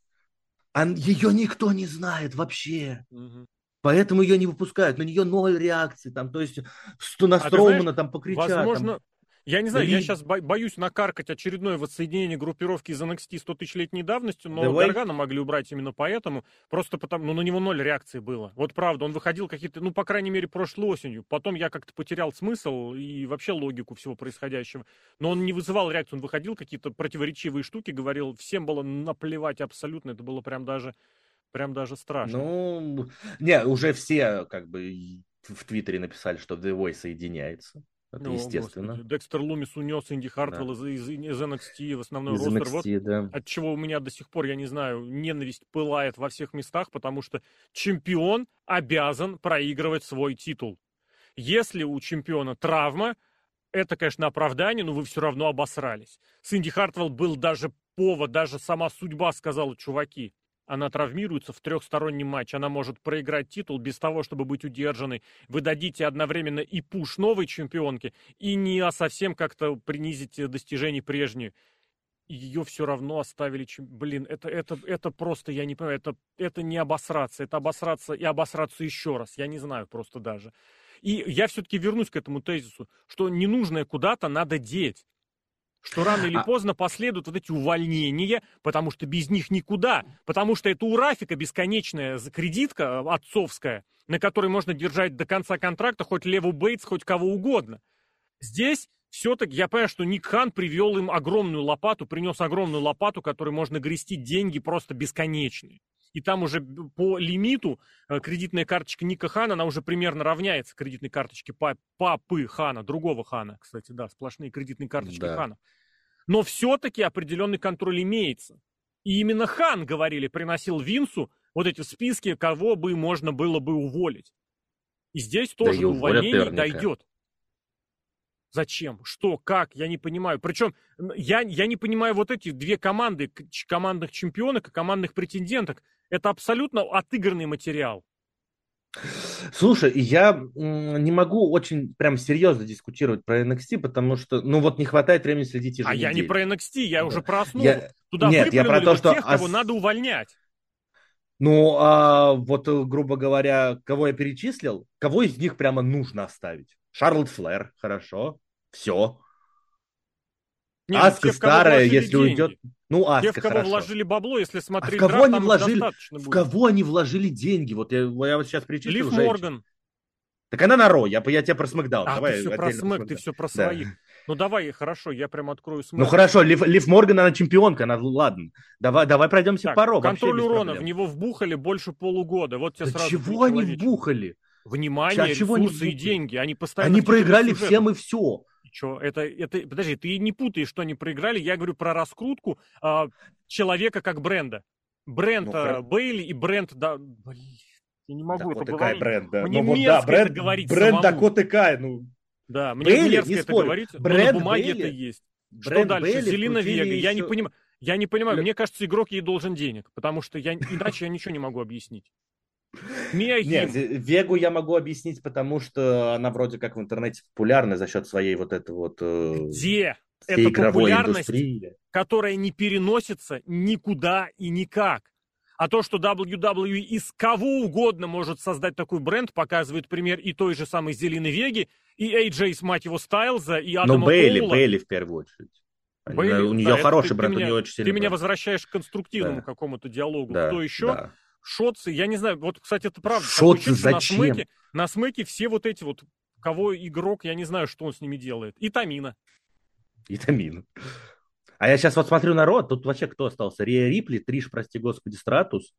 А ее никто не знает вообще. Мгм. Поэтому ее не выпускают. На нее ноль реакций. Там, то есть, что на А ты знаешь, Строумана там покричат. Там, возможно, я не знаю, я Рид, сейчас боюсь накаркать очередное воссоединение группировки из эн экс ти сто тысячелетней давности, The но Way. Гаргана могли убрать именно поэтому, просто потому, ну, на него ноль реакций было. Вот правда, он выходил какие-то, ну, по крайней мере, прошлой осенью. Потом я как-то потерял смысл и вообще логику всего происходящего. Но он не вызывал реакцию, он выходил, какие-то противоречивые штуки говорил, всем было наплевать абсолютно, это было прям даже, прям даже страшно. Ну, не, уже все как бы и в Твиттере написали, что The Way соединяется. Это О, господи. естественно. Декстер Лумис унес Инди Хартвелл Да. из, из, из эн экс ти в основной Из ростер. Вот эн экс ти, да. от чего у меня до сих пор, я не знаю, ненависть пылает во всех местах, потому что чемпион обязан проигрывать свой титул. Если у чемпиона травма, это, конечно, оправдание, но вы все равно обосрались. С Инди Хартвелл был даже повод, даже сама судьба сказала, чуваки, она травмируется в трехстороннем матче, она может проиграть титул без того, чтобы быть удержанной. Вы дадите одновременно и пуш новой чемпионке, и не а совсем как-то принизите достижения прежние. Ее все равно оставили. чем- Блин, это, это, это просто, я не понимаю, это, это не обосраться, это обосраться и обосраться еще раз. Я не знаю просто даже. И я все-таки вернусь к этому тезису, что ненужное куда-то надо деть. Что рано или А, поздно последуют вот эти увольнения, потому что без них никуда. Потому что это у Рафика бесконечная кредитка э, отцовская, на которой можно держать до конца контракта хоть Леву Бейтс, хоть кого угодно. Здесь все-таки я понимаю, что Ник Хан привел им огромную лопату, принес огромную лопату, которой можно грести деньги просто бесконечные. И там уже по лимиту э, кредитная карточка Ника Хана, она уже примерно равняется кредитной карточке па- папы Хана, другого Хана, кстати, да, сплошные кредитные карточки да. Хана. Но все-таки определенный контроль имеется. И именно Хан, говорили, приносил Винсу вот эти списки, кого бы можно было бы уволить. И здесь Да тоже и до уволят увольнений наверняка. дойдет. Зачем? Что? Как? Я не понимаю. Причем я, я не понимаю вот эти две команды, командных чемпионок и командных претенденток. Это абсолютно отыгранный материал. Слушай, я м, не могу очень прям серьезно дискутировать про эн экс ти, потому что, ну вот не хватает времени следить А я не еженедельно. про эн экс ти, я Да. уже про основу. Я... Туда Нет, я про выплюнули то, вот что... тех, кого ос- надо увольнять. Ну, а вот, э, грубо говоря, кого я перечислил, кого из них прямо нужно оставить? Шарлотт Флэр, хорошо, все. Не, ну Аска те, в кого старая, вложили если уйдет... деньги. Ну, Те, в Аска, кого хорошо. вложили бабло, если А в смотреть кого драфт, они там их вложили? достаточно В будет. кого они вложили деньги? Вот я, я вот сейчас перечислил Лив женщин. Морган. Так она на Ро, я, я тебе про Смакдаун. А, ты Давай все про отдельно про смэк, ты Смакдаун. все про Да. своих. Ну давай, хорошо, я прям открою Ну смэк. хорошо, Лив, Лив Морган, она чемпионка, она, ладно. Давай, давай пройдемся Так, по Ро, вообще контроль без урона, в проблем. него вбухали больше полугода. Вот тебе Да сразу чего они человечину. вбухали? Внимание, А чего они ресурсы и вбухали? деньги. Они постоянно Они втягивают проиграли сюжет. всем и все. Че, это, это, подожди, ты не путай, что они проиграли. Я говорю про раскрутку а, человека как бренда. Бренд Ну, а, хор- Бейли и бренд, да, блин, я не могу это Дакота Кай говорить. бренд, да. Мне Ну вот да, мерзко бренд, это говорить бренд самому. Дакоты Кай, ну. Да, мне Бейли, мерзко не это спорю. говорить, но Бренд на бумаге Бейли, это есть. Что бренд дальше? Бейли Зелина вкрутили Вега. Я не еще... понимаю. Я не понимаю. Лё- Мне кажется, игрок ей должен денег, потому что я иначе я ничего не могу объяснить. Мия Нет, Хим. Зе- Вегу я могу объяснить, потому что она вроде как в интернете популярна за счет своей вот этой вот э, Где всей эта игровой популярность, индустрии. которая не переносится никуда и никак? А то, что дабл ю дабл ю и из кого угодно может создать такой бренд, показывает пример и той же самой Зелины Веги, и эй джей, мать его, Стайлза, и Но Адама Бейли, Коула. Бейли в первую очередь. Они- Бейли, у нее да, это хороший ты- бренд, ты у меня, нее очень ты сильный меня бренд. возвращаешь к конструктивному Да. какому-то диалогу. Да, Кто еще? да. Шотцы, я не знаю, вот, кстати, это правда. Шотцы Такое ощущение, что на зачем? смеке, на смеке все вот эти вот, кого игрок, я не знаю, что он с ними делает. И Тамина. И Тамин. А я сейчас вот смотрю народ, тут вообще кто остался? Рия Рипли, Триш, прости господи, Стратус.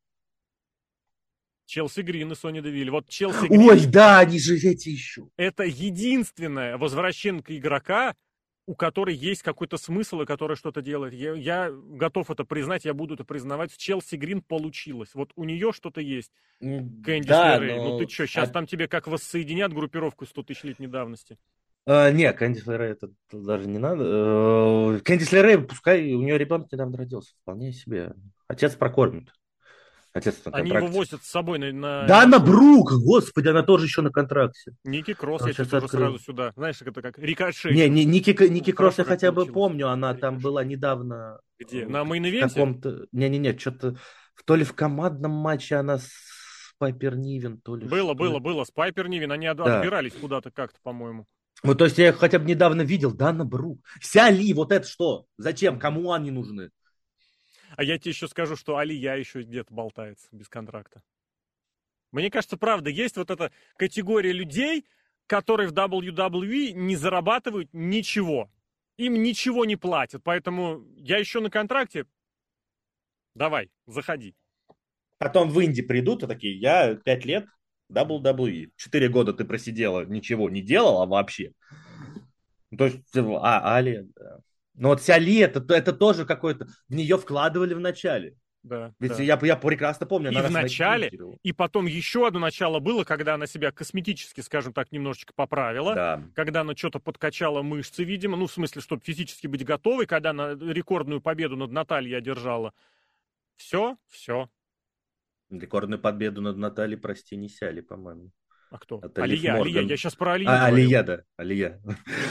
Челси Грин и Сони Девиль. Вот Челси Грин Ой, да, они же эти еще. это единственная возвращенка игрока, у которой есть какой-то смысл и которая что-то делает. Я, я готов это признать, я буду это признавать. С Челси Грин получилось. Вот у нее что-то есть. Кэндис Да, Лерей. но... Ну ты что, сейчас а- там тебе как воссоединят группировку сто тысячелетней давности? а, не, Кэндис Лерей это даже не надо. Э, Кэндис Лерей, пускай у нее ребенок недавно родился, вполне себе. Отец прокормит. Отец на Они его контракте. возят с собой на... на Дана на Брук, господи, она тоже еще на контракте. Ники Кросс, А, я тебе сейчас тоже открыл. сразу сюда. Знаешь, это как рикошет. Не, не Ники, Ники Ну, Кросс я хорошо, как хотя бы получилось. помню, она там Рикошет. была недавно э, Где? На в мейн-ивенте? каком-то... Не-не-не, что-то то ли в командном матче она с Пайпер Нивен, то ли Было, что. было, было. С Пайпер Нивен. Они от- Да. отбирались куда-то как-то, по-моему. Ну, то есть я их хотя бы недавно видел. Дана Брук. Ся Ли, вот это что? Зачем? Кому они нужны? А я тебе еще скажу, что Алия еще где-то болтается без контракта. Мне кажется, правда, есть вот эта категория людей, которые в дабл ю дабл ю и не зарабатывают ничего. Им ничего не платят. Поэтому я еще на контракте. Давай, заходи. Потом в Инди придут и такие, я пять лет дабл ю дабл ю и. Четыре года ты просидела, ничего не делала вообще. То есть, а, Али, да. Ну вот Ся Ли, это, это тоже какое-то... В нее вкладывали в начале. Да, Ведь да. я, я прекрасно помню, И она в нас начале, накидывала. и потом еще одно начало было, когда она себя косметически, скажем так, немножечко поправила. Да. Когда она что-то подкачала мышцы, видимо. Ну, в смысле, чтобы физически быть готовой. Когда она рекордную победу над Натальей одержала. Все, все. Рекордную победу над Натальей, прости, не Сяли, по-моему. А кто? Это Лив Алия, Алия. Морган. Я сейчас про Алию А, говорю. Алия, да, Алия.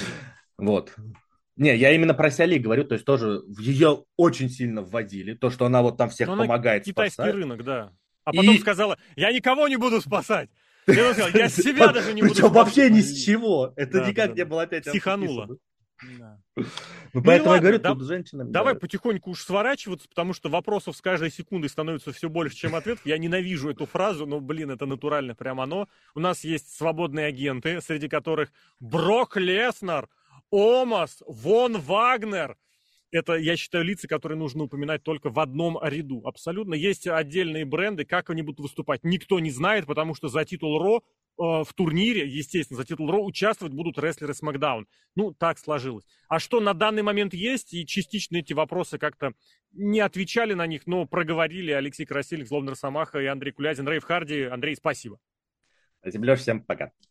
Вот. Не, я именно про Сяли говорю, то есть тоже ее очень сильно вводили, то, что она вот там всех Но она помогает, китайский спасает. рынок, да. А И- потом сказала, я никого не буду спасать. Я сказал, я себя даже не буду Причем вообще спасать. ни с чего. Это Да, никак да, не да. было опять Психанула. описано. Да. Ну, Ну и поэтому я ладно, говорю, да- тут с женщинами... Давай да. потихоньку уж сворачиваться, потому что вопросов с каждой секундой становится все больше, чем ответов. Я ненавижу эту фразу, но, блин, это натурально прям оно. У нас есть свободные агенты, среди которых Брок Леснар, Омас, Вон Вагнер. Это, я считаю, лица, которые нужно упоминать только в одном ряду. Абсолютно. Есть отдельные бренды, как они будут выступать. Никто не знает, потому что за титул Ро э, в турнире, естественно, за титул Ро участвовать будут рестлеры SmackDown. Ну, так сложилось. А что на данный момент есть, и частично эти вопросы как-то не отвечали на них, но проговорили Алексей Красильник, Злобный Росомаха и Андрей Кулязин, Рейв Харди. Андрей, спасибо. Спасибо, Леш, всем пока.